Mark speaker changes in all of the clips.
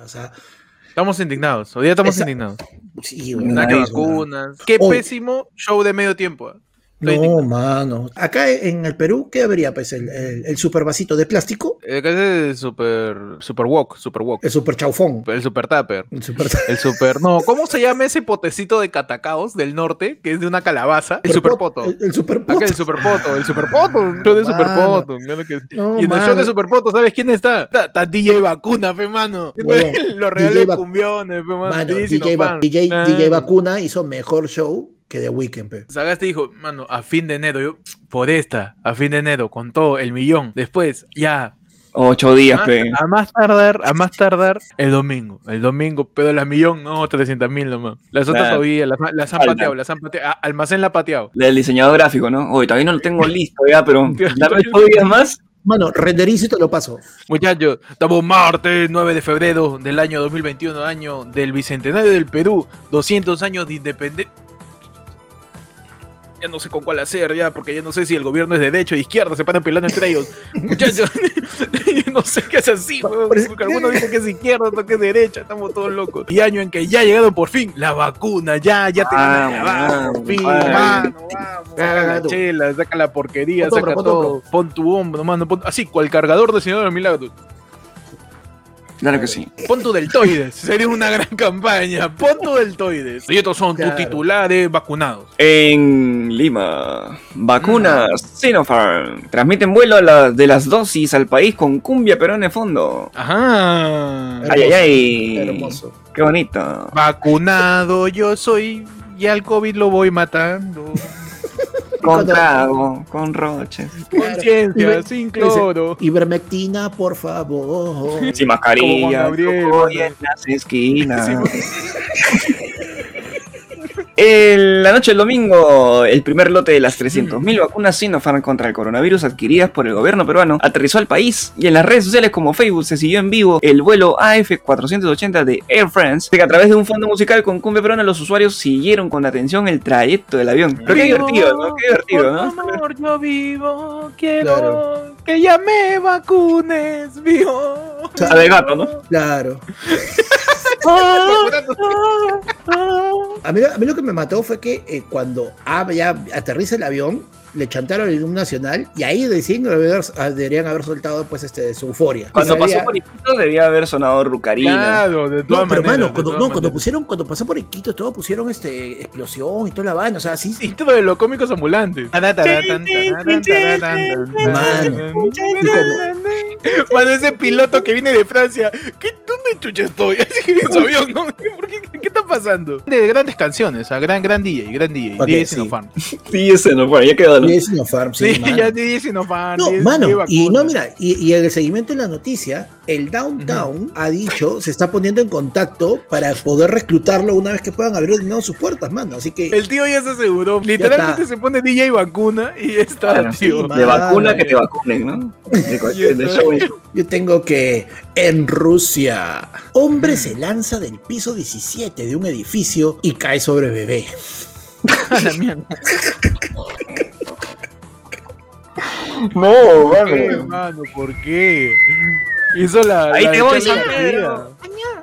Speaker 1: O sea,
Speaker 2: Estamos indignados, hoy día estamos indignados.
Speaker 1: Sí,
Speaker 2: Nada que vacunas. Qué pésimo show de medio tiempo.
Speaker 1: No, mano. Acá en el Perú, ¿qué habría? Pues el super vasito de plástico.
Speaker 2: Acá es el super wok.
Speaker 1: El super chaufón.
Speaker 2: El super tupper. El super. No, ¿cómo se llama ese potecito de catacaos del norte? Que es de una calabaza. El super poto.
Speaker 1: El super poto.
Speaker 2: Acá el super poto. El super poto. El show de super poto.
Speaker 1: No,
Speaker 2: y en el show de super poto, ¿sabes quién está? Está DJ Vacuna, fe mano.
Speaker 1: Bueno,
Speaker 2: los reales cumbiones, fe mano.
Speaker 1: DJ Vacuna hizo mejor show que The Weeknd, pe.
Speaker 2: Sagaste dijo, mano, a fin de enero, yo, a fin de enero, con todo el millón. Después, ya.
Speaker 3: 8 días, pe.
Speaker 2: A más tardar, el domingo, pero la millón, no, 300,000 nomás. Las otras todavía, las han pateado, almacén la ha pateado.
Speaker 3: Del diseñador gráfico, ¿no? Oye, todavía no lo tengo listo ya, pero dame 8 días más.
Speaker 1: Mano, renderizo y te lo paso.
Speaker 2: Muchachos, estamos martes 9 de febrero del año 2021, año del Bicentenario del Perú, 200 años de independencia. Ya no sé con cuál hacer, ya, porque ya no sé si el gobierno es de derecha o de izquierda, se paran peleando entre ellos. Muchachos, yo no sé qué es así, porque algunos dicen que es izquierda, otros que es derecha, estamos todos locos. Y año en que ya ha llegado por fin la vacuna, ya tenemos por fin, vamos, saca la chela, saca la porquería, saca todo, pon tu hombro, mano, así, cual cargador de Señor de los Milagros.
Speaker 3: Claro que sí.
Speaker 2: Pon tu deltoides, sería una gran campaña. Pon tu deltoides. Y estos son tus titulares vacunados.
Speaker 3: En Lima, vacunas Sinopharm transmiten vuelo de las dosis al país con cumbia peruana de fondo.
Speaker 2: Ajá.
Speaker 3: Ay.
Speaker 1: Hermoso.
Speaker 3: Qué bonito.
Speaker 2: Vacunado yo soy y al COVID lo voy matando.
Speaker 3: Con trago, con roches.
Speaker 2: Conciencia, sin cloro.
Speaker 1: Ivermectina, por favor.
Speaker 3: Sin mascarilla. En las esquinas. La noche del domingo, el primer lote de las 300.000 vacunas Sinopharm contra el coronavirus adquiridas por el gobierno peruano aterrizó al país, y en las redes sociales como Facebook se siguió en vivo el vuelo AF480 de Air France, que a través de un fondo musical con cumbia peruana los usuarios siguieron con atención el trayecto del avión. Pero qué divertido, ¿no? Qué divertido, ¿no?
Speaker 2: Por amor, yo vivo, quiero que ya me vacunes, vivo.
Speaker 3: O sea, de gato, ¿no?
Speaker 1: Claro. A mí lo que me mató fue que cuando ya aterriza el avión, le chantaron el himno nacional y ahí deberían haber soltado pues su euforia.
Speaker 3: Cuando pasó por Iquitos debía haber sonado Rucarina.
Speaker 2: Claro, de todas maneras.
Speaker 1: Pero mano, cuando pasó por Iquitos, todo pusieron explosión y toda la vaina, o sea, sí.
Speaker 2: Y todo de los cómicos ambulantes. Mano, ese piloto que viene de Francia, ¿dónde chucha estoy? Así que en su avión, ¿no? ¿Qué está pasando? De grandes canciones, gran DJ, DJ Sinopharm.
Speaker 3: DJ Sinopharm, ya quedó.
Speaker 1: DJ Sinopharm, sí,
Speaker 2: ya DJ Sinopharm.
Speaker 1: No, mano, y no, mira, y en el seguimiento de la noticia, el Downtown ha dicho, se está poniendo en contacto para poder reclutarlo una vez que puedan abrir de nuevo sus puertas, mano, así que...
Speaker 2: El tío ya se aseguró, literalmente se pone DJ vacuna y está,
Speaker 3: claro, tío. De vacuna que te vacunen, ¿no?
Speaker 1: Yo tengo que... En Rusia, hombre se lanza del piso 17 de un edificio y cae sobre bebé.
Speaker 2: A la mierda.
Speaker 3: No,
Speaker 2: mano, ¿por qué? Hizo
Speaker 3: ahí te voy, San Pedro.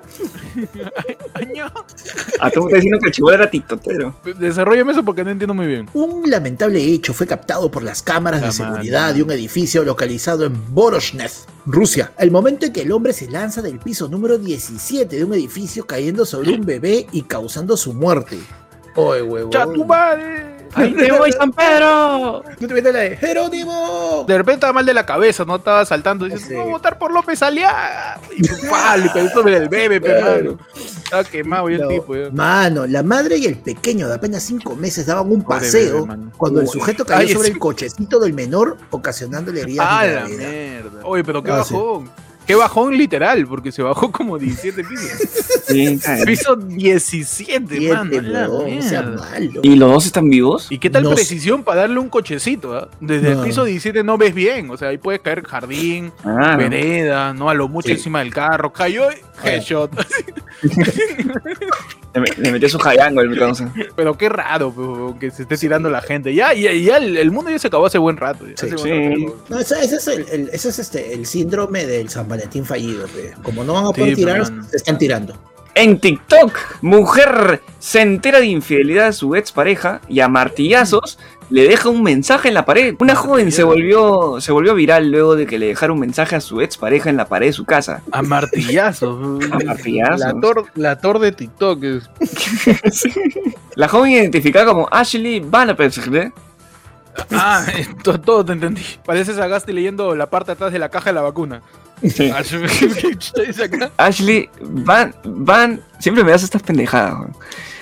Speaker 3: Ah, tú me estás diciendo que el chihuahua era tiktokero.
Speaker 2: Desarrollame eso porque no entiendo muy bien.
Speaker 1: Un lamentable hecho fue captado por las cámaras de seguridad de un edificio localizado en Voronezh, Rusia. El momento en que el hombre se lanza del piso número 17 de un edificio cayendo sobre un bebé y causando su muerte. ¡Oye, huevón!
Speaker 2: ¡Chatumare!
Speaker 3: ¡Ahí te voy, San Pedro!
Speaker 1: ¿No te viste la de ¡Jerónimo!
Speaker 2: De repente estaba mal de la cabeza, ¿no? Estaba saltando y dices, voy a votar por López Aliaga. Y ¡pal! Le cayó sobre el bebé, pero estaba quemado ya el tipo. Ya.
Speaker 1: Mano, la madre y el pequeño de apenas 5 meses daban un paseo cuando el sujeto cayó sobre el cochecito del menor, ocasionándole heridas.
Speaker 2: ¡Ah, la mierda! Oye, pero qué bajón. Qué bajón literal, porque se bajó como 17 pisos.
Speaker 3: Sí,
Speaker 2: piso 17, mano.
Speaker 1: No sea malo.
Speaker 3: ¿Y los dos están vivos?
Speaker 2: ¿Y qué tal precisión para darle un cochecito? ¿Eh? Desde el piso 17 no ves bien. O sea, ahí puedes caer jardín, vereda, ¿no? A lo mucho encima del carro. Cayó, headshot.
Speaker 3: Le metió su jayango el causa.
Speaker 2: Pero qué raro, pues, que se esté tirando la gente. Ya el mundo ya se acabó hace buen rato.
Speaker 1: Sí.
Speaker 2: Hace buen rato.
Speaker 1: No, ese es el síndrome del San Valentín fallido. Pe. Como no van a poder tirar, se están tirando.
Speaker 3: En TikTok, mujer se entera de infidelidad de su expareja y a martillazos le deja un mensaje en la pared. Una joven se volvió viral luego de que le dejara un mensaje a su expareja en la pared de su casa.
Speaker 2: A martillazos.
Speaker 3: A martillazos.
Speaker 2: La tor de TikTok es.
Speaker 3: La joven identificada como Ashley Vanapesle.
Speaker 2: Ah, todo te entendí. Parece Sagasti leyendo la parte atrás de la caja de la vacuna.
Speaker 3: Sí.
Speaker 2: ¿Qué dice acá?
Speaker 3: Ashley Van. Siempre me das estas pendejadas. Man.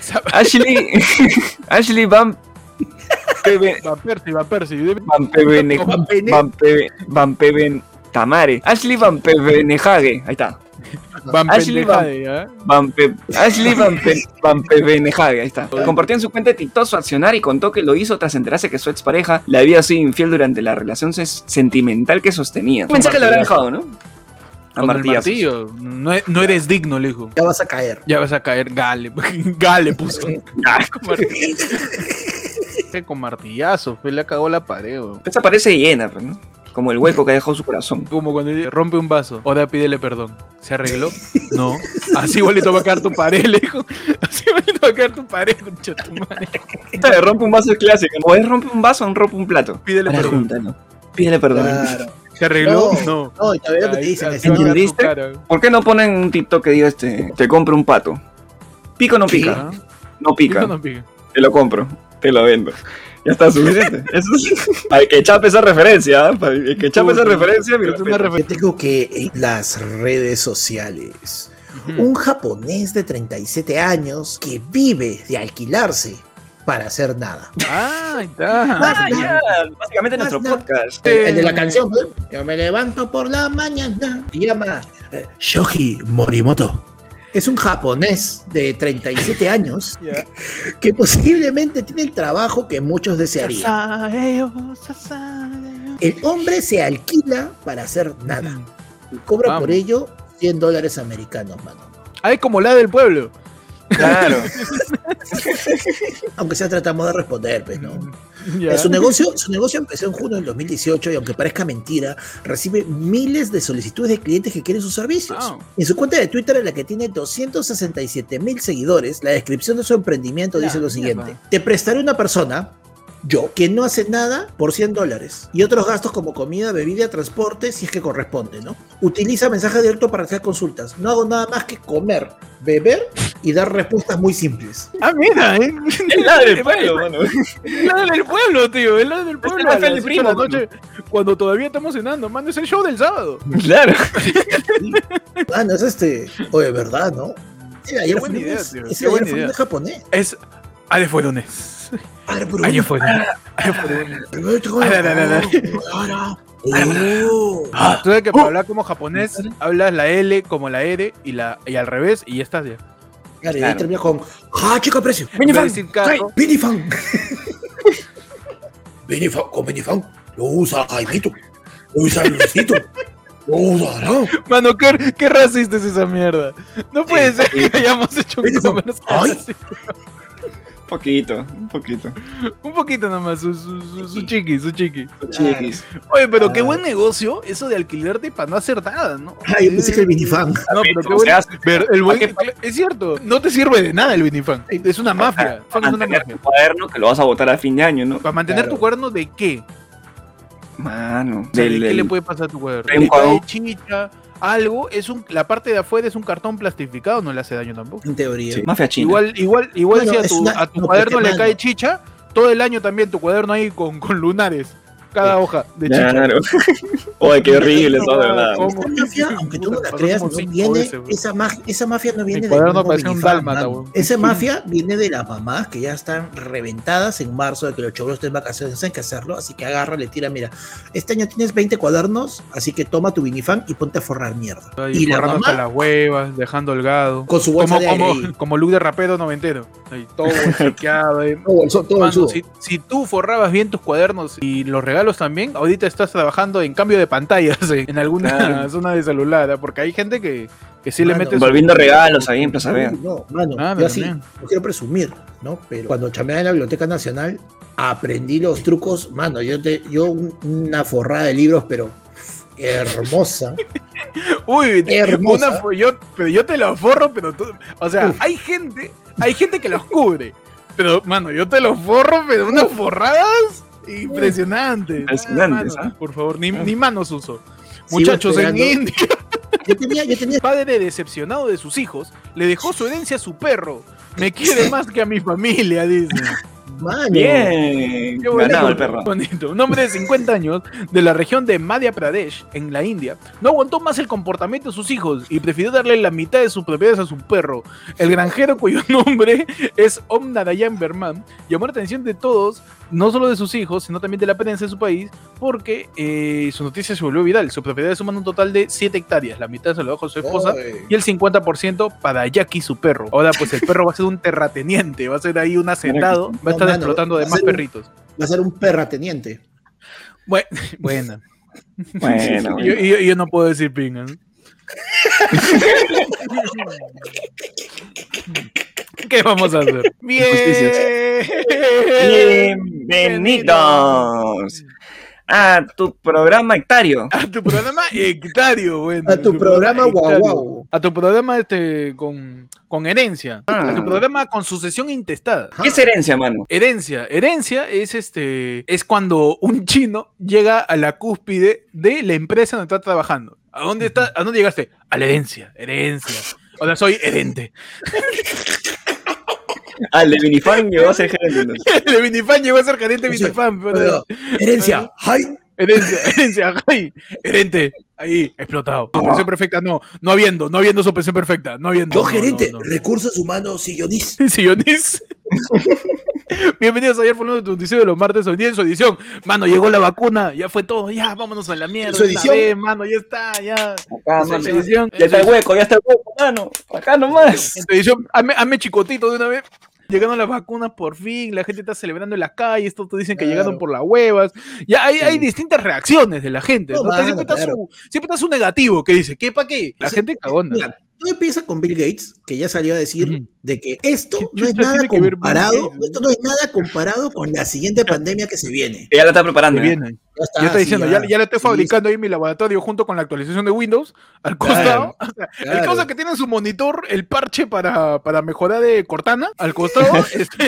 Speaker 3: Ashley Van Percy. Tamare. Ashley Van Pevenejage. Ahí está. Ashley Van Pevenejage. Ahí está. Compartió en su cuenta de TikTok su accionar y contó que lo hizo tras enterarse que su expareja le había sido infiel durante la relación sentimental que sostenía. Un mensaje le habrá dejado, ¿no? A martillo.
Speaker 2: No eres digno, le dijo.
Speaker 1: Ya vas a caer.
Speaker 2: Gale puso. Con martillazos, le cagó la pared.
Speaker 3: Esa pared se llena, pues, ¿no? Como el hueco que dejó su corazón.
Speaker 2: Como cuando rompe un vaso. Ahora pídele perdón. ¿Se arregló? No. Así igualito va a quedar tu pared, le dijo. Así igualito va a quedar tu pared, concha tu madre.
Speaker 3: Esta de rompe un vaso es clásica. O es rompe un vaso o rompe un plato.
Speaker 2: Pídele perdón.
Speaker 3: Júntalo. Pídele perdón.
Speaker 1: Claro.
Speaker 2: ¿Se arregló? No.
Speaker 1: No, y todavía lo que te dicen es
Speaker 3: ¿entendiste? ¿Por qué no ponen un TikTok que diga te compro un pato? ¿Pica o no pica? No pica.
Speaker 2: No pica.
Speaker 3: Te lo compro. Te lo vendo. Ya está suficiente. Eso sí. Para que chape esa referencia, para que chape esa referencia, mira,
Speaker 1: Yo tengo que en las redes sociales, un japonés de 37 años que vive de alquilarse para hacer nada.
Speaker 2: Ah, está.
Speaker 3: Ya, básicamente nuestro podcast.
Speaker 1: El de la canción, ¿no? Yo me levanto por la mañana. Se llama Shoji Morimoto. Es un japonés de 37 años que posiblemente tiene el trabajo que muchos desearían. El hombre se alquila para hacer nada. Cobra por ello $100 americanos, mano.
Speaker 2: Ay, como la del pueblo.
Speaker 3: Claro.
Speaker 1: Aunque sea tratamos de responder, pues, ¿no? Su negocio empezó en junio del 2018 y aunque parezca mentira, recibe miles de solicitudes de clientes que quieren sus servicios. En su cuenta de Twitter, en la que tiene 267,000 seguidores, la descripción de su emprendimiento dice lo siguiente: te prestaré una persona, yo, que no hace nada por $100 y otros gastos como comida, bebida, transporte, si es que corresponde, ¿no? Utiliza mensaje directo para hacer consultas. No hago nada más que comer, beber y dar respuestas muy simples.
Speaker 2: Ah, mira,
Speaker 3: Es la del pueblo, mano.
Speaker 2: Es la del pueblo, tío. Es la del pueblo.
Speaker 3: Es el primo,
Speaker 2: la noche, cuando todavía estamos cenando, mano. Es el show del sábado.
Speaker 3: Claro.
Speaker 1: Mano, es oye, ¿verdad, no? Sí, ayer
Speaker 2: buena idea, tío.
Speaker 1: Ese ayer fue un japonés.
Speaker 2: Es Ale fue lunes. Ayer fue lunes. Tú sabes que para hablar como japonés hablas la L como la R y al revés y ya estás ya.
Speaker 1: Claro, y ahí termina con chica precio.
Speaker 2: Minifan.
Speaker 1: Con Minifan. Lo usa Jaimito. Lo usa Luisito. Lo usa, ¿no?
Speaker 2: Mano, qué racista es esa mierda. No puede ser que hayamos hecho un comercio así.
Speaker 3: Un poquito.
Speaker 2: Un poquito nomás, su chiqui.
Speaker 3: Oye,
Speaker 2: pero qué buen negocio eso de alquilarte para no hacer nada, ¿no?
Speaker 1: Ay, yo pensé que el Minifan.
Speaker 2: No, pero qué bueno. Es cierto, no te sirve de nada el Minifan. Es una mafia.
Speaker 3: Para mantener tu cuaderno que lo vas a botar a fin de año, ¿no?
Speaker 2: ¿Para mantener tu cuaderno de qué?
Speaker 3: Mano.
Speaker 2: ¿De qué le puede pasar a tu cuaderno? ¿De chicha? Algo, la parte de afuera es un cartón plastificado, no le hace daño tampoco.
Speaker 1: En teoría.
Speaker 3: Sí, mafia china.
Speaker 2: Igual si a tu cuaderno le cae chicha, todo el año también tu cuaderno ahí con lunares. Cada hoja de chicha.
Speaker 3: Claro. Oye, qué horrible eso, de verdad.
Speaker 1: Esa mafia, aunque tú no la creas, no viene, esa mafia no viene del mismo Minifan. Esa mafia viene de las mamás que ya están reventadas en marzo de que los chavos estén en vacaciones, hay que hacerlo, así que agarra, le tira, mira, este año tienes 20 cuadernos, así que toma tu Minifan y ponte a forrar mierda.
Speaker 2: Y la mamá hasta las huevas, dejando holgado.
Speaker 1: Con su bolsa de aire
Speaker 2: como look de rapero noventero. Ahí, todo chequeado.
Speaker 1: Todo el
Speaker 2: si tú forrabas bien tus cuadernos y los regalos regalos también, ahorita estás trabajando en cambio de pantallas en alguna zona de celular, porque hay gente que sí le mete...
Speaker 3: Volviendo regalos ahí en Plaza Vea.
Speaker 1: No, mano, yo así, no quiero presumir, ¿no? Pero cuando chameaba en la Biblioteca Nacional, aprendí los trucos, mano, una forrada de libros, pero hermosa.
Speaker 2: Uy,
Speaker 1: hermosa.
Speaker 2: Pero yo te lo forro, pero tú, o sea, hay gente que los cubre, pero, mano, yo te los forro, pero unas forradas impresionantes.
Speaker 3: Impresionantes,
Speaker 2: mano, por favor, ni manos uso.
Speaker 1: Sigo
Speaker 2: Muchachos, en
Speaker 1: esperando.
Speaker 2: India,
Speaker 1: Yo tenía
Speaker 2: padre decepcionado de sus hijos, le dejó su herencia a su perro. Me quiere más que a mi familia, dice.
Speaker 1: mano.
Speaker 3: Bien, ganado el perro.
Speaker 2: Bonito. Un hombre de 50 años de la región de Madhya Pradesh, en la India, no aguantó más el comportamiento de sus hijos y prefirió darle la mitad de sus propiedades a su perro. El granjero, cuyo nombre es Om Narayan Verman, llamó la atención de todos, no solo de sus hijos, sino también de la prensa de su país, porque su noticia se volvió viral. Su propiedad suman un total de 7 hectáreas. La mitad se lo dejó a su esposa y el 50% para Jackie, su perro. Ahora, pues el perro va a ser un terrateniente, va a ser ahí un hacendado, va a estar explotando de más perritos.
Speaker 1: Va a ser un perrateniente.
Speaker 2: Bueno.
Speaker 3: Bueno.
Speaker 2: Yo no puedo decir pinga, ¿no? ¿Qué vamos a hacer?
Speaker 3: Bienvenidos a tu programa Hectario.
Speaker 2: A tu programa Hectario, bueno.
Speaker 1: A tu programa Guau.
Speaker 2: A tu programa con herencia. A tu programa con sucesión intestada.
Speaker 3: ¿Qué es herencia, mano?
Speaker 2: Herencia es cuando un chino llega a la cúspide de la empresa donde está trabajando. ¿A dónde llegaste? A la herencia. O sea, soy herente.
Speaker 3: El de Minifan llegó a ser gerente.
Speaker 2: El de Minifan llegó a ser gerente de Minifan.
Speaker 1: Herencia, ¡ay!
Speaker 2: Herencia, ¡ay! Herente, ahí, explotado. Supresión perfecta, no habiendo supresión perfecta, no habiendo.
Speaker 1: Yo, gerente, recursos humanos, sillonis.
Speaker 2: Sillonis. Bienvenidos a Ayer fue el noticiero de los martes, hoy día en su edición. Mano, llegó la vacuna, ya fue todo, ya, vámonos a la mierda.
Speaker 1: Su edición.
Speaker 2: Mano, ya está, ya.
Speaker 3: Acá, mano, ya está el hueco, mano. Acá nomás.
Speaker 2: En tu edición, hazme chicotito de una vez. Llegaron las vacunas por fin, la gente está celebrando en las calles, todos dicen que llegaron por las huevas. Ya hay distintas reacciones de la gente.
Speaker 1: No,
Speaker 2: ¿no?
Speaker 1: mano,
Speaker 2: Siempre está su negativo que dice, ¿qué pa' qué? La gente cagona.
Speaker 1: Mira, todo empieza con Bill Gates, que ya salió a decir de que esto no es
Speaker 2: chucha
Speaker 1: nada
Speaker 2: tiene que ver
Speaker 1: comparado,
Speaker 2: Bill Gates?
Speaker 1: esto no es nada comparado con la siguiente pandemia que se viene.
Speaker 3: Ya la está preparando.
Speaker 2: Viene. Ya está diciendo, ya la estoy fabricando ahí en mi laboratorio junto con la actualización de Windows al costado. O sea, el causa que tiene en su monitor el parche para mejorar de Cortana. Al costado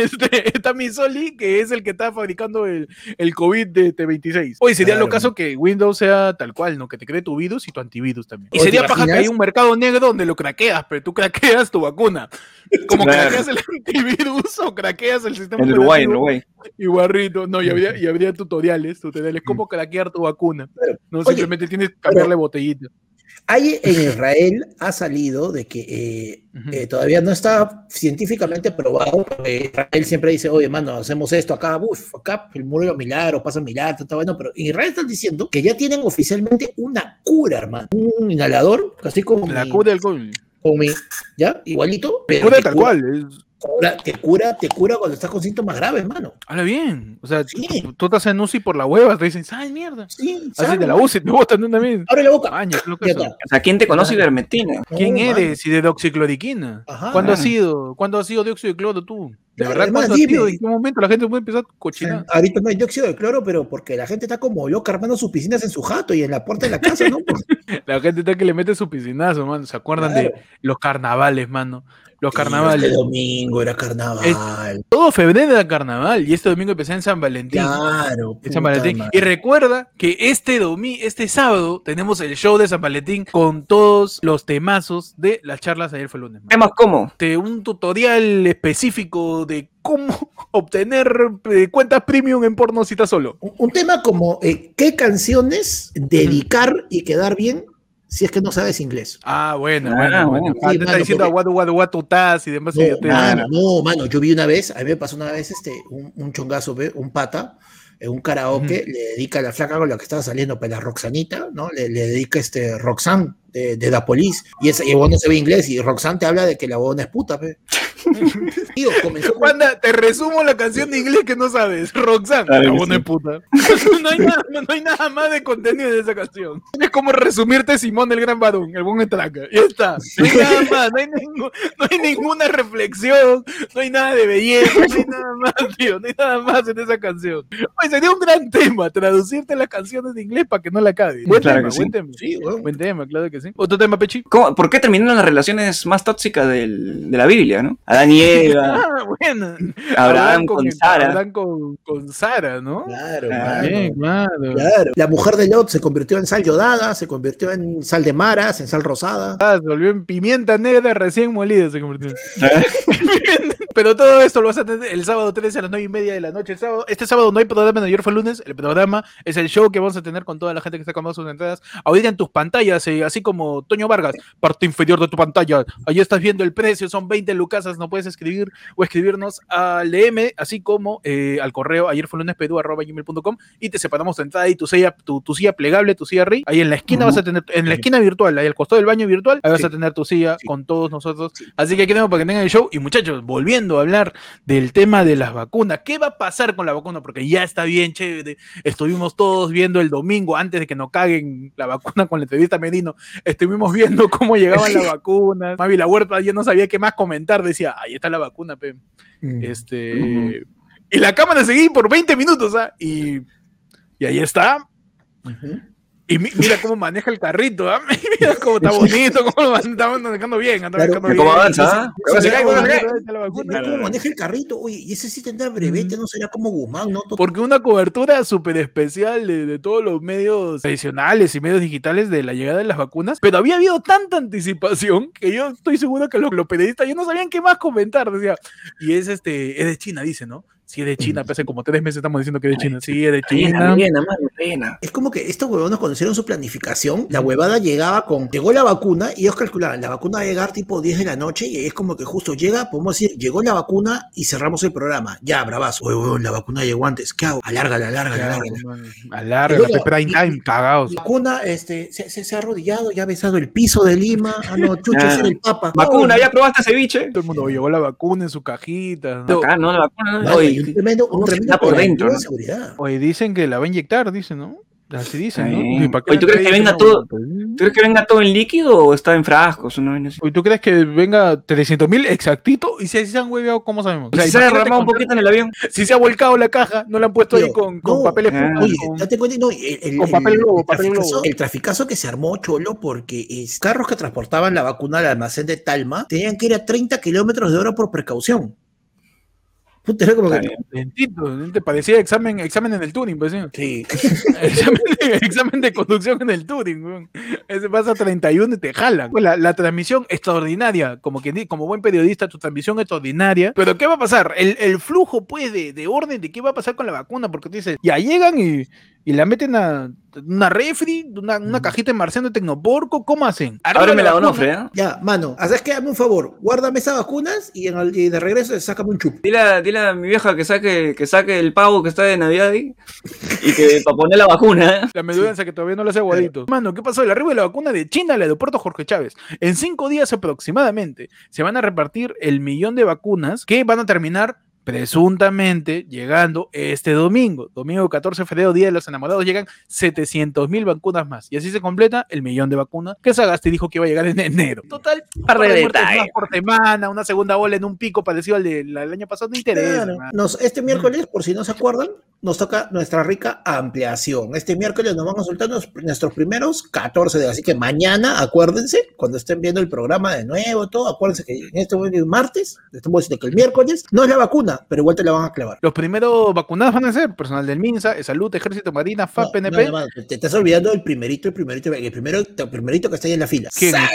Speaker 2: está mi Soli, que es el que está fabricando el COVID de T26. Hoy sería lo caso que Windows sea tal cual, ¿no? Que te cree tu virus y tu antivirus también. Y sería paja que hay un mercado negro donde lo craqueas, pero tú craqueas tu vacuna. Como craqueas el antivirus o craqueas el sistema
Speaker 3: en Uruguay.
Speaker 2: Y guarrito, no, y habría tutoriales, cómo craquear tu vacuna. No, simplemente tienes que cambiarle botellita.
Speaker 1: Hay en Israel ha salido de que todavía no está científicamente probado, porque Israel siempre dice, oye, mano, hacemos esto acá, acá el muro de los milagros, pasa milagros, está bueno, pero en Israel están diciendo que ya tienen oficialmente una cura, hermano, un inhalador, así como
Speaker 2: la cura del COVID.
Speaker 1: ¿Ya? Igualito, pero
Speaker 2: cura tal cual.
Speaker 1: Te cura cuando estás con síntomas graves, mano.
Speaker 2: Habla bien. O sea, tú estás en UCI por la hueva, te dicen, ¡ay, mierda!
Speaker 1: Sí,
Speaker 2: así de la UCI, te botan de una vez.
Speaker 1: Abre la boca.
Speaker 3: O sea, ¿quién te conoce ivermectina?
Speaker 2: ¿Quién eres? Y de doxicloroquina. ¿Cuándo has sido dióxido de cloro tú? ¿De verdad cuándo has sido? ¿En qué momento la gente puede empezar a cochinar?
Speaker 1: Ahorita no hay dióxido de cloro, pero porque la gente está como loca armando sus piscinas en su jato y en la puerta de la casa, ¿no?
Speaker 2: La gente está que le mete su piscinazo, mano. ¿Se acuerdan de los carnavales, mano? Los carnavales.
Speaker 1: Este domingo era carnaval.
Speaker 2: Todo febrero era carnaval y este domingo empecé en San Valentín.
Speaker 1: Claro.
Speaker 2: En San Valentín. Y recuerda que este sábado tenemos el show de San Valentín con todos los temazos de las charlas. Ayer fue el lunes.
Speaker 3: ¿Temas cómo?
Speaker 2: Un tutorial específico de cómo obtener cuentas premium en porno si estás solo.
Speaker 1: Un tema como qué canciones dedicar y quedar bien si es que no sabes inglés.
Speaker 2: Bueno.
Speaker 1: Sí,
Speaker 2: te está diciendo guatu tas y demás.
Speaker 1: No, mano, yo vi una vez, a mí me pasó una vez un chongazo, un pata, en un karaoke, le dedica a la flaca con la que estaba saliendo, pues la Roxanita, ¿no? Le dedica Roxanne de Da Police, y el huevón no se ve inglés, y Roxanne te habla de que la huevona es puta, pe. Tío, comenzó con...
Speaker 2: Wanda, te resumo la canción de inglés que no sabes. Roxanne,
Speaker 3: Claro que
Speaker 2: buena
Speaker 3: sí.
Speaker 2: puta. No hay nada más de contenido de esa canción. Es como resumirte Simón el Gran Varón, el buen estraca. Ya está. No hay nada más, no hay ninguna reflexión, no hay nada de belleza, no hay nada más, tío, no hay nada más en esa canción. Oye, sería un gran tema traducirte las canciones de inglés para que no la cagues. Buen
Speaker 3: Claro
Speaker 2: tema,
Speaker 3: que sí.
Speaker 2: buen tema.
Speaker 1: Sí, weón.
Speaker 2: Buen tema, claro que sí. ¿Otro tema, Pechi?
Speaker 3: ¿Por qué terminaron las relaciones más tóxicas de la Biblia, ¿no? Adán y Eva,
Speaker 2: Ah, bueno.
Speaker 3: Abraham con Sara.
Speaker 2: Abraham con Sara, ¿no?
Speaker 1: Claro,
Speaker 3: Claro.
Speaker 1: mano.
Speaker 2: Claro.
Speaker 1: Claro. La mujer de Lot se convirtió en sal yodada, se convirtió en sal de maras, en sal rosada.
Speaker 2: Ah, se volvió en pimienta negra recién molida, se convirtió. Pero todo esto lo vas a tener el sábado 13 a las 9:30 de la noche. Este sábado no hay programa, ayer fue lunes. El programa es el show que vamos a tener con toda la gente que está comprando sus entradas. Ahorita en tus pantallas, así como Toño Vargas, parte inferior de tu pantalla. Ahí estás viendo el precio, son 20 lucasas. No puedes escribir o escribirnos al DM, así como al correo ayerfuelunespedu@gmail.com y te separamos tu entrada y tu silla plegable, tu silla rey. Ahí en la esquina vas a tener, en la esquina virtual, ahí al costado del baño virtual, ahí vas a tener tu silla con todos nosotros. Así que queremos para que tengan el show. Y muchachos, volviendo a hablar del tema de las vacunas, ¿qué va a pasar con la vacuna? Porque ya está bien chévere. Estuvimos todos viendo el domingo, antes de que nos caguen la vacuna con la entrevista Merino, estuvimos viendo cómo llegaban las vacunas. Mavi La Huerta ya no sabía qué más comentar, decía, ahí está la vacuna, pe. Y la cámara seguía por 20 minutos, ¿ah? Y ahí está. Y mira cómo maneja el carrito, ¿ah? Mira cómo está bonito, cómo lo está manejando bien.
Speaker 3: ¿Cómo avanza?
Speaker 1: ¿Cómo maneja el carrito? Oye, y ese sí tendrá brevete, no será como Guzmán, ¿no?
Speaker 2: Porque una cobertura súper especial de todos los medios tradicionales y medios digitales de la llegada de las vacunas, pero había habido tanta anticipación que yo estoy seguro que los periodistas ya no sabían qué más comentar, decía, y es de China, dice, ¿no? Sí, es de China, hace como 3 meses estamos diciendo que es de China. Sí, es de China.
Speaker 1: Es como que estos huevones conocieron su planificación. La huevada llegaba llegó la vacuna y ellos calculaban, la vacuna va a llegar tipo 10 de la noche y es como que justo llega, podemos decir, llegó la vacuna y cerramos el programa. Ya, bravazo. Oye, huevón, la vacuna llegó antes. ¿Qué hago? Alárgala.
Speaker 2: Alárgala, prime time, cagados.
Speaker 1: La vacuna se ha arrodillado, ya ha besado el piso de Lima. Ah, no, chucho, ese era el papa.
Speaker 3: Vacuna, ¿ya probaste ceviche?
Speaker 2: Todo el mundo llegó la vacuna en su cajita.
Speaker 3: Acá no, la vacuna no.
Speaker 1: Vale, un tremendo
Speaker 3: por dentro, ¿no?
Speaker 1: de seguridad.
Speaker 2: Oye, dicen que la va a inyectar, dicen, ¿no? Así dicen, ¿no?
Speaker 3: Oye, ¿tú crees que venga todo? ¿Tú crees que venga todo en líquido o está en frascos?
Speaker 2: Oye, ¿tú crees que venga 300.000 exactito? Y si así se han hueveado, ¿cómo sabemos?
Speaker 3: O sea, se ha derramado un poquito en el avión.
Speaker 2: Si se ha volcado la caja, no la han puesto ahí con papel espuma.
Speaker 1: Oye, date cuenta, no,
Speaker 2: con papel globo,
Speaker 1: el traficazo que se armó, cholo, porque carros que transportaban la vacuna al almacén de Talma tenían que ir a 30 kilómetros de hora por precaución. Puta, era como que...
Speaker 2: Lentito, te parecía examen en el Turing, parecía.
Speaker 1: Sí.
Speaker 2: examen de conducción en el Turing, weón. Ese pasa a 31 y te jalan. Pues la transmisión extraordinaria, como buen periodista, tu transmisión extraordinaria. Pero ¿qué va a pasar? El flujo, pues, de orden de qué va a pasar con la vacuna, porque tú dices, ya llegan y la meten a una refri, una cajita en marciano de Tecnoporco, ¿cómo hacen?
Speaker 3: Ábreme la Onofre, ¿eh?
Speaker 1: Ya, mano, ¿sabes qué? Hazme un favor, guárdame esas vacunas y de regreso sácame un chup.
Speaker 3: Dile a mi vieja que saque el pavo que está de Navidad ahí y que para poner la vacuna, ¿eh?
Speaker 2: La medulanza que todavía no le hace aguaditos. Mano, ¿qué pasó? El arribo de la vacuna de China al aeropuerto Jorge Chávez. En 5 días aproximadamente se van a repartir 1 millón de vacunas que van a terminar presuntamente llegando este domingo 14 de febrero, Día de los Enamorados, llegan 700.000 vacunas más y así se completa 1 millón de vacunas que Sagasti dijo que iba a llegar en enero. Total, par de muertes más por semana, una segunda ola en un pico parecido al del año pasado, no interesa.
Speaker 1: Claro. Este miércoles, por si no se acuerdan, nos toca nuestra rica ampliación. Este miércoles nos van a soltar nuestros primeros 14 días, así que mañana, acuérdense, cuando estén viendo el programa de nuevo, todo, acuérdense que en este martes, estamos diciendo que el miércoles no es la vacuna, pero igual te la van a clavar.
Speaker 2: Los primeros vacunados van a ser personal del MINSA, Salud, Ejército, Marina, FAP, PNP.
Speaker 1: No, te estás olvidando del primerito que está ahí en la fila.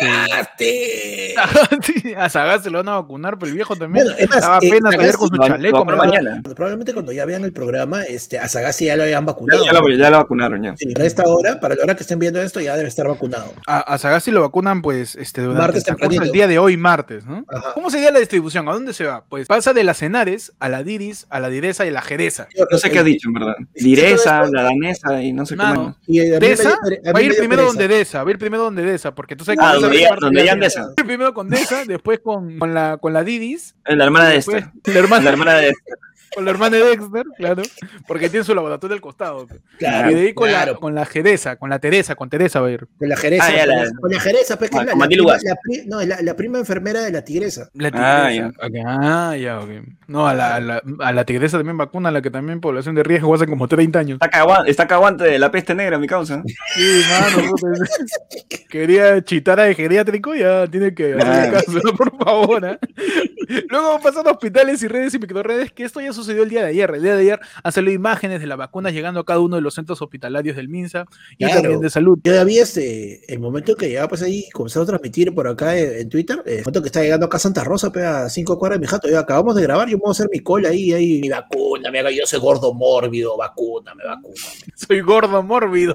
Speaker 2: ¡Sagasti! A Sagasti se lo van a vacunar, pero el viejo también estaba apenas ayer con su chaleco.
Speaker 3: Mañana.
Speaker 1: Probablemente cuando ya vean el programa, a Sagasti ya lo habían vacunado.
Speaker 3: Ya lo vacunaron, ya.
Speaker 1: Sí, para la hora que estén viendo esto, ya debe estar vacunado.
Speaker 2: A Sagasti lo vacunan, pues, durante
Speaker 1: martes
Speaker 2: el día de hoy, martes, ¿no?
Speaker 1: Ajá.
Speaker 2: ¿Cómo sería la distribución? ¿A dónde se va? Pues pasa de las Henares, Didis, a la Direza y a la Jereza.
Speaker 3: No sé qué ha dicho, en verdad. Direza, la danesa y no sé qué más.
Speaker 2: Deza va a ir primero donde Deza, porque tú sabes que
Speaker 3: donde ya Deza.
Speaker 2: Primero con Deza, después con la Didis.
Speaker 3: La hermana de Esther. La hermana de Esther.
Speaker 2: Con la hermana de Dexter, claro, porque tiene su laboratorio al costado.
Speaker 1: Claro,
Speaker 2: y de ahí con la Jereza, con Teresa va a ir.
Speaker 1: Con la Jereza, con la Jereza, pues, que es la prima enfermera de la tigresa.
Speaker 2: La tigresa. Ya, ok. No, a la tigresa también vacuna, a la que también población de riesgo hace como 30 años.
Speaker 3: Está caguante de la peste negra, mi causa.
Speaker 2: Sí, mano, quería chitar a geriátrico, ya tiene que hacer caso, por favor. Luego pasan a hospitales y redes y microredes, que esto ya sucedió el día de ayer. El día de ayer han salido imágenes de las vacunas llegando a cada uno de los centros hospitalarios del MINSA y también de salud.
Speaker 1: Yo había el momento que llegaba pues ahí, comenzaron a transmitir por acá en Twitter, el momento que está llegando acá a Santa Rosa, a 5 cuadras de mi jato, acabamos de grabar, yo me voy a hacer mi cola ahí, mi vacuna, yo soy gordo mórbido, vacúname.
Speaker 2: Soy gordo mórbido.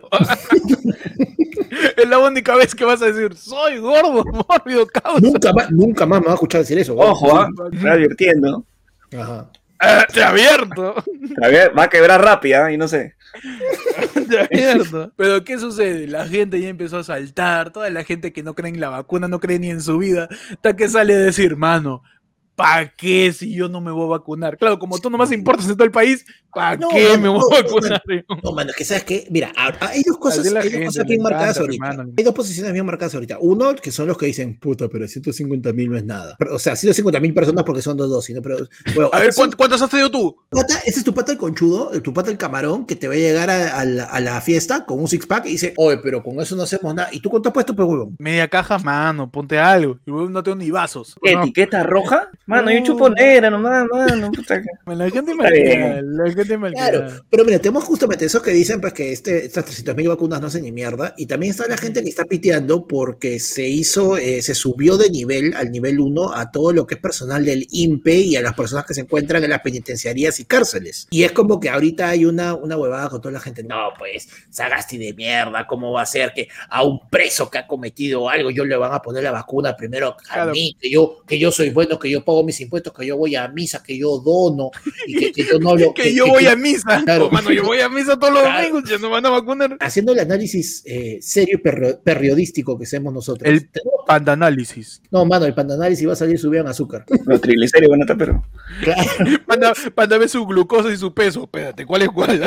Speaker 2: Es la única vez que vas a decir, soy gordo mórbido, causa.
Speaker 1: Nunca más me va a escuchar decir eso.
Speaker 3: Ojo, está advirtiendo.
Speaker 1: Ajá.
Speaker 2: Te abierto.
Speaker 3: Va a quebrar rápida y no sé.
Speaker 2: Te abierto. Pero ¿qué sucede? La gente ya empezó a saltar. Toda la gente que no cree en la vacuna, no cree ni en su vida. Hasta que sale a decir, mano, ¿para qué si yo no me voy a vacunar? Claro, como tú nomás importas en todo el país, ¿para qué me voy a vacunar?
Speaker 1: No, mano, es que sabes qué, mira, hay dos cosas bien marcadas ahorita. Hay dos posiciones bien marcadas ahorita. Uno, que son los que dicen, puta, pero 150.000 no es nada. Pero, o sea, 150.000 personas porque son dos dosis, ¿no? Pero, bueno,
Speaker 2: a ver, ¿cuántos has tenido tú?
Speaker 1: Ese es tu pata el conchudo, tu pata el camarón, que te va a llegar a la fiesta con un six-pack y dice, oye, pero con eso no hacemos nada. ¿Y tú cuánto has puesto, pues, huevón?
Speaker 2: Media caja, mano, ponte algo. Y huevón, no tengo ni vasos.
Speaker 3: ¿Etiqueta roja? Mano, yo chupo negra nomás, mano. Puta.
Speaker 2: La gente malcriada.
Speaker 1: Claro, pero mira, tenemos justamente esos que dicen pues que estas 300.000 vacunas no hacen ni mierda, y también está la gente que está piteando porque se subió de nivel al nivel 1 a todo lo que es personal del INPE y a las personas que se encuentran en las penitenciarías y cárceles. Y es como que ahorita hay una huevada con toda la gente, no, pues, Sagasti de mierda, ¿cómo va a ser que a un preso que ha cometido algo yo le van a poner la vacuna primero a mí, que yo soy bueno, que yo pago mis impuestos, que yo voy a misa, que yo dono, y que yo no lo...
Speaker 2: que yo voy a misa. Claro. Mano, yo voy a misa todos los domingos, ya no van a vacunar.
Speaker 1: Haciendo el análisis serio y periodístico que hacemos nosotros.
Speaker 2: El pandanálisis.
Speaker 1: No, mano, el pandanálisis va a salir subido en azúcar.
Speaker 3: Los triglicéridos van a estar, pero...
Speaker 1: Claro.
Speaker 2: Panda ve su glucosa y su peso. Espérate, ¿cuál es cuál?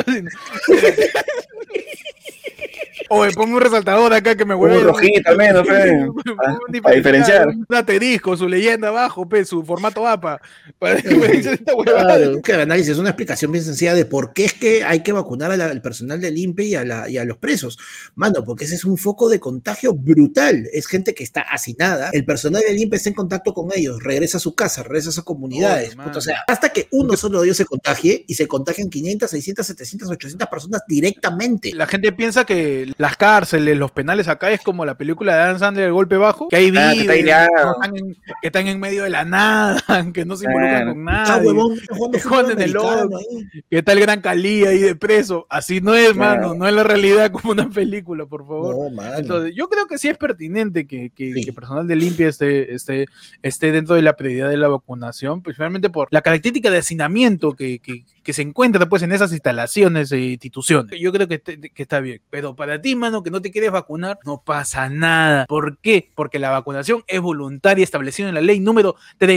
Speaker 2: Oye, pongo un resaltador acá que me vuelve.
Speaker 3: Un rojito al menos, para diferenciar.
Speaker 2: Un asterisco, su leyenda abajo, su formato APA. Para
Speaker 1: claro, que el análisis es una explicación bien sencilla de por qué es que hay que vacunar al personal del INPE y a los presos. Mano, porque ese es un foco de contagio brutal. Es gente que está hacinada. El personal del INPE está en contacto con ellos, regresa a su casa, regresa a sus comunidades. O sea, hasta que uno solo de ellos se contagie y se contagian 500, 600, 700, 800 personas directamente.
Speaker 2: La gente piensa que las cárceles, los penales acá es como la película de Dan Sandler, El golpe bajo, que hay viven, que están en medio de la nada, que no se involucran con nada, esconden el oro, que está el gran Cali ahí de preso. Así no es, mano, no es la realidad como una película, por favor. No, entonces, yo creo que sí es pertinente que personal de limpia esté dentro de la prioridad de la vacunación, principalmente por la característica de hacinamiento que se encuentra pues en esas instalaciones e instituciones. Yo creo que está bien, pero para ti, mano, que no te quieres vacunar, no pasa nada. ¿Por qué? Porque la vacunación es voluntaria, establecida en la ley número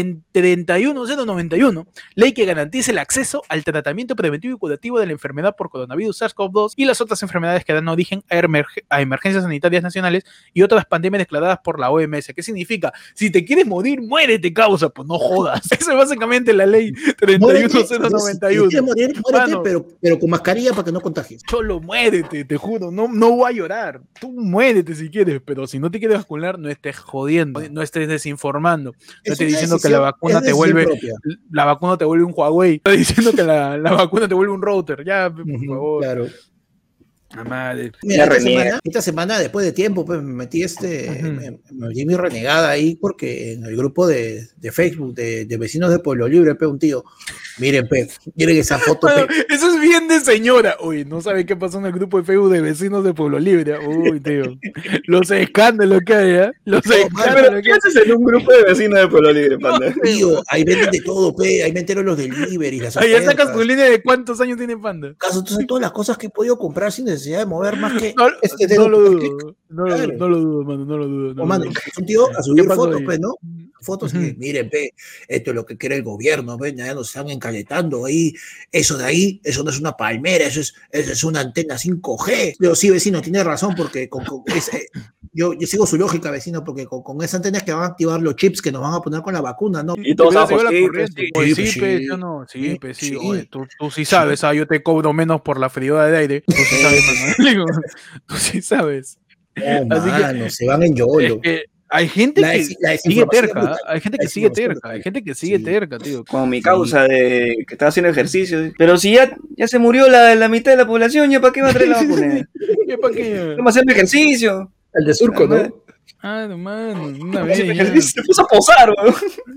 Speaker 2: 31091, ley que garantiza el acceso al tratamiento preventivo y curativo de la enfermedad por coronavirus SARS-CoV-2 y las otras enfermedades que dan origen a emergencias sanitarias nacionales y otras pandemias declaradas por la OMS. ¿Qué significa? Si te quieres morir, muérete, causa, pues no jodas. Esa es básicamente la ley 31091.
Speaker 1: Si morir, muérete, pero con mascarilla para que no contagies.
Speaker 2: Cholo, muérete, te juro, no voy a llorar. Tú muérete si quieres, pero si no te quieres vacunar, no estés jodiendo, no estés desinformando. No estés diciendo que la vacuna te vuelve un Huawei. Estás diciendo que la vacuna te vuelve un router. Ya, por favor.
Speaker 1: Claro.
Speaker 2: Madre.
Speaker 1: Mira, esta semana, después de tiempo, pues me metí me metí mi renegada ahí porque en el grupo de Facebook de vecinos de Pueblo Libre, un tío Miren, pe, miren esa foto,
Speaker 2: Bueno,
Speaker 1: pe.
Speaker 2: eso es bien de señora. Uy, no sabe qué pasó en el grupo de Facebook de vecinos de Pueblo Libre. Uy, tío. Los escándalos que hay, ¿eh? Los
Speaker 3: Pero,
Speaker 2: escándalos
Speaker 3: ¿qué haces en un grupo de vecinos de Pueblo Libre,
Speaker 2: No
Speaker 3: panda?
Speaker 2: sé,
Speaker 1: Tío,
Speaker 2: weón.
Speaker 1: ahí venden de todo, pe. Ahí me entero los delivery, las
Speaker 2: Ahí ya sacas
Speaker 1: ofertas.
Speaker 2: tu línea de cuántos años tiene Panda.
Speaker 1: Caso, entonces todas las cosas que he podido comprar sin necesidad de mover más que
Speaker 2: No,
Speaker 1: este
Speaker 2: no
Speaker 1: dedo.
Speaker 2: lo
Speaker 1: con el clic.
Speaker 2: dudo.
Speaker 1: Claro.
Speaker 2: No lo dudo, mano. No lo dudo. No
Speaker 1: O
Speaker 2: lo
Speaker 1: mano,
Speaker 2: dudo.
Speaker 1: un tío a
Speaker 2: ¿Qué
Speaker 1: subir
Speaker 2: pasó
Speaker 1: fotos,
Speaker 2: ahí?
Speaker 1: pe, ¿no? Fotos y miren, pe, esto es lo que quiere el gobierno, ven, ya nos están encaletando ahí, eso de ahí, eso no es una palmera, eso es una antena 5G. Yo sí, vecino, tiene razón, porque yo sigo su lógica, vecino, porque con esa antena es que van a activar los chips que nos van a poner con la vacuna, ¿no?
Speaker 3: Y todos
Speaker 2: Te hubieras
Speaker 3: abajo,
Speaker 2: llevado la
Speaker 3: sí,
Speaker 2: corriente.
Speaker 3: sí.
Speaker 2: Oye,
Speaker 1: Sí,
Speaker 2: sí,
Speaker 1: pues,
Speaker 2: pe,
Speaker 1: sí.
Speaker 2: yo no. Sí,
Speaker 1: Sí,
Speaker 2: pe, sí.
Speaker 1: sí.
Speaker 2: Oye, tú sí sabes, yo te cobro menos por la frío de aire. Tú sí sabes, mano. Digo, tú sí sabes.
Speaker 1: No,
Speaker 2: Así que
Speaker 1: mano, se van en
Speaker 2: es
Speaker 1: YOLO.
Speaker 2: que hay gente
Speaker 1: La
Speaker 2: que sigue
Speaker 1: desinformación es
Speaker 2: terca,
Speaker 1: brutal.
Speaker 2: hay gente
Speaker 1: La
Speaker 2: que sigue
Speaker 1: desinformación es
Speaker 2: terca, hay
Speaker 1: brutal.
Speaker 2: gente que sigue
Speaker 1: Sí,
Speaker 2: terca, tío.
Speaker 3: Como mi
Speaker 1: sí.
Speaker 3: causa de que estaba haciendo ejercicio. Pero si ya se murió la mitad de la población, ¿ya para qué va a traer la vacuna?
Speaker 2: ¿Qué pa' qué?
Speaker 3: Vamos a hacer ejercicio.
Speaker 1: El de Surco, ¿no?
Speaker 2: Ah, no, mano, una
Speaker 3: Vamos a hacer
Speaker 2: vez ya.
Speaker 3: ejercicio. Se puso a posar, weón.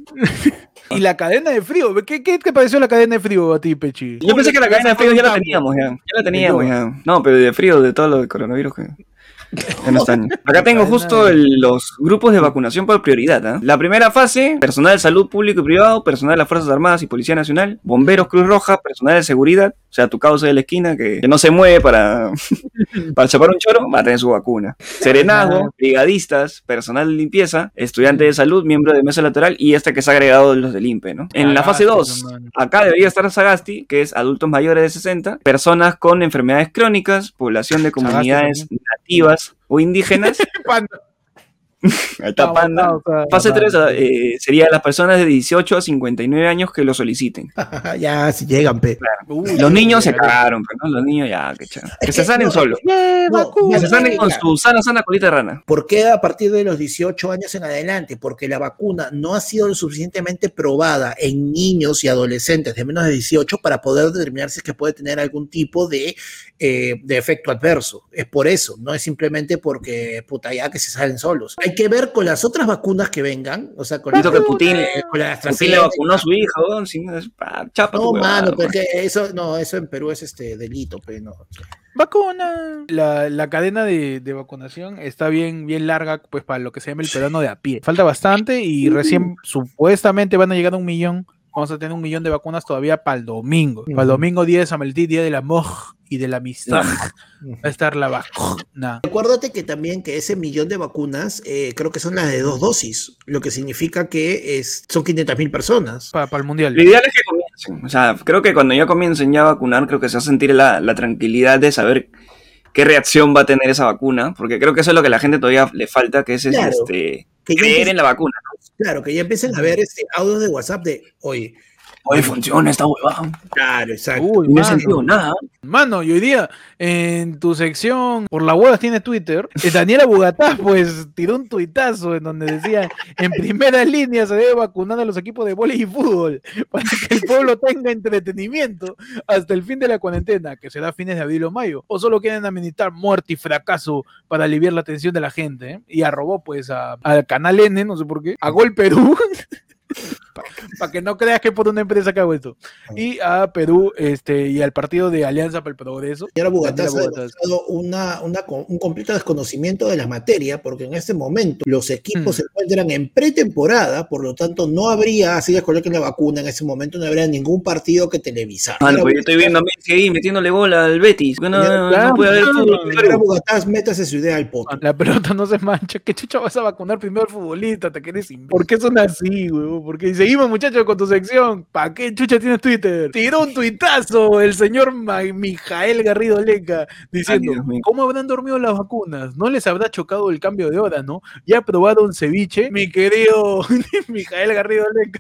Speaker 2: Y la cadena de frío, ¿qué te pareció la cadena de frío a ti, Pechi?
Speaker 3: Yo pensé que la cadena de frío ya la teníamos, ya. Ya la teníamos,
Speaker 2: yoga.
Speaker 3: ya. No, pero de frío, de todo lo del coronavirus que ya no están. Acá tengo justo los grupos de vacunación por prioridad, ¿ah? La primera fase, personal de salud público y privado, personal de las Fuerzas Armadas y Policía Nacional, bomberos, Cruz Roja, personal de seguridad, o sea, tu causa de la esquina que no se mueve para chapar un choro, va a tener su vacuna. Serenazgo, brigadistas, personal de limpieza, estudiante de salud, miembro de mesa lateral y que se ha agregado los del INPE, ¿no? En la fase 2, acá debería estar Sagasti, que es adultos mayores de 60, personas con enfermedades crónicas, población de comunidades nativas o indígenas. Ahí está Panda. Fase 3 sería las personas de 18 a 59 años que lo soliciten.
Speaker 1: Ya, si llegan, pe.
Speaker 3: Claro. Los niños se cagaron, pero no, los niños ya, que se sanen solos. Que se sanen con su sana colita de rana.
Speaker 1: ¿Por qué a partir de los 18 años en adelante? Porque la vacuna no ha sido lo suficientemente probada en niños y adolescentes de menos de 18 para poder determinar si es que puede tener algún tipo de efecto adverso. Es por eso, no es simplemente porque puta ya que se salen solos. Hay que ver con las otras vacunas que vengan, o sea, con la
Speaker 3: Putin le vacunó a su hija, chapa.
Speaker 1: No, mano, porque eso en Perú es delito, pero no.
Speaker 2: Vacuna. La cadena de vacunación está bien larga, pues para lo que se llama el peruano de a pie. Falta bastante y recién supuestamente van a llegar a 1 millón. Vamos a tener 1 millón de vacunas todavía para el domingo. Para el domingo 10 de San Valentín, día del amor y de la amistad. Va a estar la vacuna.
Speaker 1: Acuérdate que también que ese 1 millón de vacunas, creo que son las de 2 dosis, lo que significa que son 500.000 personas.
Speaker 2: Para el mundial.
Speaker 3: Lo ideal es que comiencen. O sea, creo que cuando ya comiencen ya a vacunar, creo que se va a sentir la tranquilidad de saber qué reacción va a tener esa vacuna, porque creo que eso es lo que a la gente todavía le falta, que es
Speaker 1: Claro,
Speaker 3: creer en la vacuna, ¿no?
Speaker 1: Claro, que ya empiecen a ver audios de WhatsApp de, oye,
Speaker 3: funciona esta huevada.
Speaker 1: Claro, exacto.
Speaker 2: Uy,
Speaker 3: no he sentido nada.
Speaker 2: Mano, y hoy día, en tu sección, por las huevas tiene Twitter, Daniela Bugatá, pues, tiró un tuitazo en donde decía, en primera línea se debe vacunar a los equipos de vóley y fútbol, para que el pueblo tenga entretenimiento hasta el fin de la cuarentena, que será a fines de abril o mayo, o solo quieren administrar muerte y fracaso para aliviar la atención de la gente, ¿eh? Y arrobó, pues, al Canal N, no sé por qué, a Gol Perú, para que no creas que por una empresa que hago esto, y a Perú y al partido de Alianza para el Progreso.
Speaker 1: Señora Bugatá ha demostrado un completo desconocimiento de la materia, porque en este momento los equipos se encuentran en pretemporada, por lo tanto no habría, así les coloquen la vacuna, en ese momento no habría ningún partido que televisar.
Speaker 3: Pues yo estoy viendo a Messi ahí metiéndole bola al Betis, no puede haber fútbol.
Speaker 1: Señora Bugatá, métase su idea al poto.
Speaker 2: La pelota no se mancha, ¿qué chucha vas a vacunar primero al futbolista? ¿Te querés ¿Por qué son así, huevón? Porque seguimos, muchachos, con tu sección. ¿Para qué chucha tienes Twitter? Tiró un tuitazo el señor Mijael Garrido Leca diciendo, ¿cómo habrán dormido las vacunas? ¿No les habrá chocado el cambio de hora, no? ¿Ya probaron ceviche? Mi querido Mijael Garrido Leca.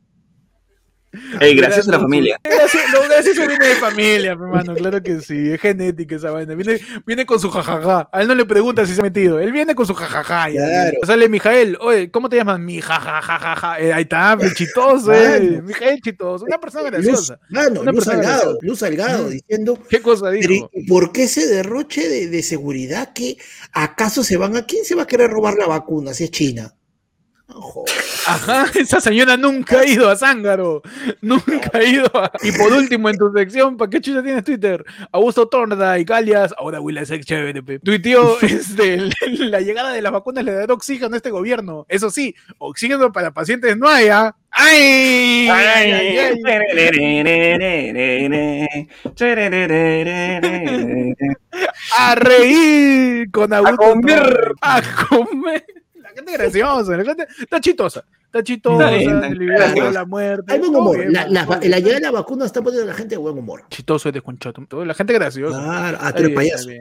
Speaker 3: Gracias a la familia.
Speaker 2: Gracias viene de familia, hermano, claro que sí, es genética esa vaina. Viene con su jajaja. A él no le pregunta si se ha metido, él viene con su jajaja.
Speaker 1: Claro.
Speaker 2: Sale Mijael, oye, ¿cómo te llamas? Mi jajajaja. Ahí está, chitoso, Mijael chitoso, una persona graciosa.
Speaker 1: Luz Salgado diciendo,
Speaker 2: ¿qué cosa dijo?
Speaker 1: ¿Por qué ese derroche de seguridad? ¿Que acaso quién se va a querer robar la vacuna si es China? No, joder.
Speaker 2: Ajá, esa señora nunca ha ido a Zángaro. Nunca ha ido a... Y por último, en tu sección, ¿para qué chucha tienes Twitter? Augusto Torda y Calias, ahora Will es chévere. Tuiteó la llegada de las vacunas le dará oxígeno a este gobierno. Eso sí, oxígeno para pacientes no hay, ¿ah? ¡Ay! A reír con Augusto. A comer. La gente graciosa, la gente está chistosa. Está chistosa, la muerte.
Speaker 1: Hay buen humor. La llegada de la vacuna está poniendo a la gente de buen humor.
Speaker 2: Chistoso y desconchato. La gente graciosa.
Speaker 1: Claro, a tres payasos.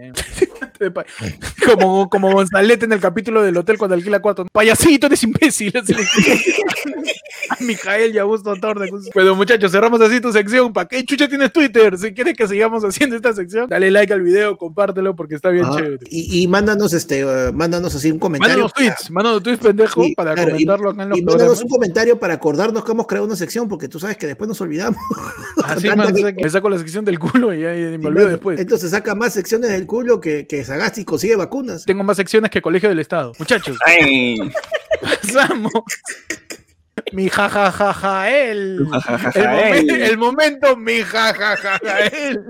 Speaker 2: Como Gonzalete en el capítulo del hotel cuando alquila cuarto. Payasito, eres imbécil. A Mijael y Augusto Torda. Pero muchachos, cerramos así tu sección. ¿Para qué chucha tienes Twitter? Si quieres que sigamos haciendo esta sección, dale like al video, compártelo porque está bien chévere.
Speaker 1: Y mándanos así un comentario.
Speaker 2: Mándanos tweets, pendejo, para comentarlo acá en los programas.
Speaker 1: Mándanos un comentario para acordarnos que hemos creado una sección, porque tú sabes que después nos olvidamos.
Speaker 2: Así me saco la sección del culo y ahí me olvido después.
Speaker 1: Entonces saca más secciones del culo que Sagasti consigue vacunas.
Speaker 2: Tengo más secciones que Colegio del Estado. Muchachos. Pasamos. Mi jajajaja él. El momento mi jajajaja él.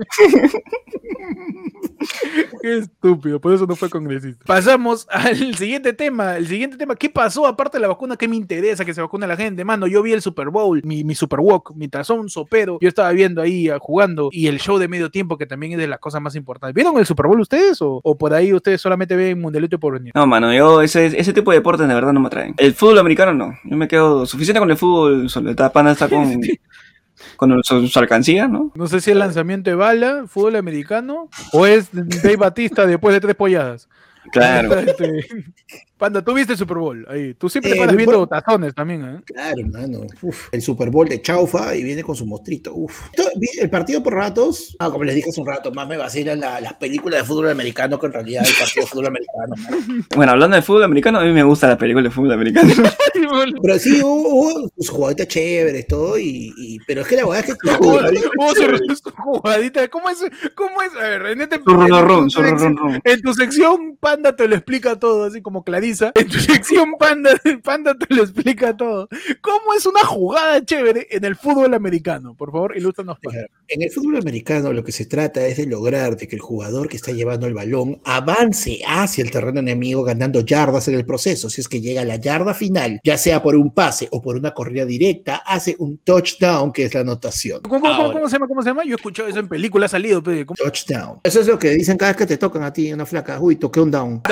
Speaker 2: Qué estúpido, por eso no fue congresista. Pasamos al siguiente tema. El siguiente tema, ¿qué pasó aparte de la vacuna? ¿Qué me interesa que se vacune la gente? Mano, yo vi el Super Bowl, mi Super Walk, mi tazón sopero. Yo estaba viendo ahí, jugando, y el show de medio tiempo, que también es de las cosas más importantes. ¿Vieron el Super Bowl ustedes? ¿O por ahí ustedes solamente ven Mundialito por venir?
Speaker 3: No, mano, yo ese tipo de deportes de verdad no me atraen. El fútbol americano no. Yo me quedo suficiente con el fútbol. Esta pana está con su alcancía, ¿no?
Speaker 2: No sé si es lanzamiento de bala, fútbol americano, o es Dave Batista después de 3 polladas.
Speaker 3: Claro.
Speaker 2: Panda, tú viste el Super Bowl ahí. Tú siempre paras viendo tazones también, ¿eh?
Speaker 1: Claro, hermano. El Super Bowl de chaufa y viene con su mostrito. El partido por ratos, como les dije hace un rato, más me vacilan las películas de fútbol americano que en realidad el partido de fútbol americano, ¿no?
Speaker 3: Bueno, hablando de fútbol americano, a mí me gusta la película de fútbol americano.
Speaker 1: Pero sí, hubo sus jugaditas chéveres, todo, pero es que la verdad es que...
Speaker 2: Hubo su jugadita. ¿Cómo es? A ver, en tu sección, Panda te lo explica todo, así como Clarice. En tu sección Panda te lo explica todo. ¿Cómo es una jugada chévere en el fútbol americano? Por favor, ilústranos.
Speaker 1: En el fútbol americano lo que se trata es de lograr de que el jugador que está llevando el balón avance hacia el terreno enemigo ganando yardas en el proceso. Si es que llega a la yarda final, ya sea por un pase o por una corrida directa, hace un touchdown, que es la anotación.
Speaker 2: ¿Cómo se llama? Yo he escuchado eso en películas, ha salido.
Speaker 1: Touchdown. Eso es lo que dicen cada vez que te tocan a ti, una flaca. Uy, toqué un down.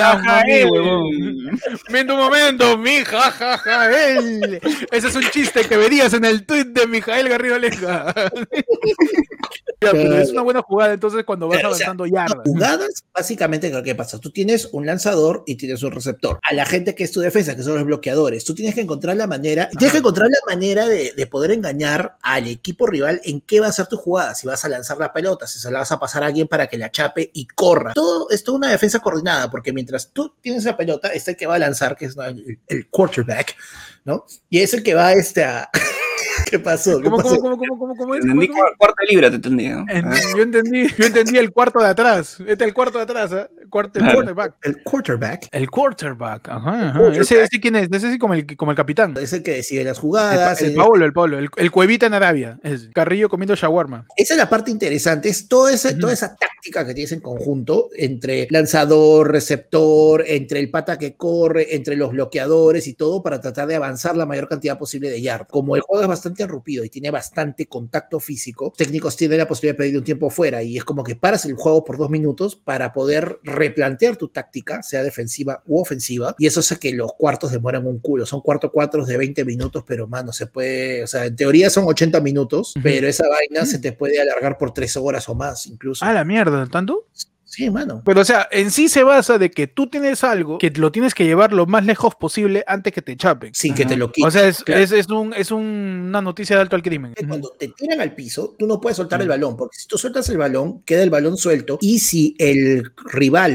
Speaker 2: Momento, mi jajaja, él. Ese es un chiste que verías en el tweet de Mijael Garrido Aleja. Pero es una buena jugada, entonces, cuando vas avanzando yardas.
Speaker 1: Jugadas, básicamente, ¿qué pasa? Tú tienes un lanzador y tienes un receptor. A la gente que es tu defensa, que son los bloqueadores, tú tienes que encontrar la manera de poder engañar al equipo rival en qué va a ser tu jugada. Si vas a lanzar la pelota, si se la vas a pasar a alguien para que la chape y corra. Todo es toda una defensa coordinada, porque mientras tú tienes la pelota, está el que va a lanzar, que es el quarterback, ¿no? Y es el que va a... ¿Qué pasó?
Speaker 2: ¿Cómo es?
Speaker 3: Entendí cuarto de libra, te entendí, ¿no?
Speaker 2: Yo entendí el cuarto de atrás. Este es el cuarto de atrás, ¿eh? El quarterback.
Speaker 1: El quarterback.
Speaker 2: Ajá. ¿Ese quién es? Ese sí como el capitán.
Speaker 1: Es el que decide las jugadas.
Speaker 2: El Pablo. El Cuevita en Arabia. Carrillo comiendo shawarma.
Speaker 1: Esa es la parte interesante. Es toda esa táctica que tienes en conjunto entre lanzador, receptor, entre el pata que corre, entre los bloqueadores y todo, para tratar de avanzar la mayor cantidad posible de yardas. Como el juego es bastante arrupido y tiene bastante contacto físico, los técnicos tienen la posibilidad de pedir un tiempo fuera, y es como que paras el juego por 2 minutos para poder replantear tu táctica, sea defensiva u ofensiva, y eso hace que los cuartos demoran un culo. Son cuartos de 20 minutos, pero mano, se puede, o sea, en teoría son 80 minutos, pero esa vaina se te puede alargar por 3 horas o más incluso.
Speaker 2: Ah, la mierda, ¿tanto?
Speaker 1: Sí, mano.
Speaker 2: Pero, o sea, en sí se basa de que tú tienes algo que lo tienes que llevar lo más lejos posible antes que te chapen.
Speaker 1: Sin que te lo quiten.
Speaker 2: O sea, es una noticia de alto al crimen.
Speaker 1: Cuando te tiran al piso, tú no puedes soltar el balón, porque si tú sueltas el balón, queda el balón suelto, y si el rival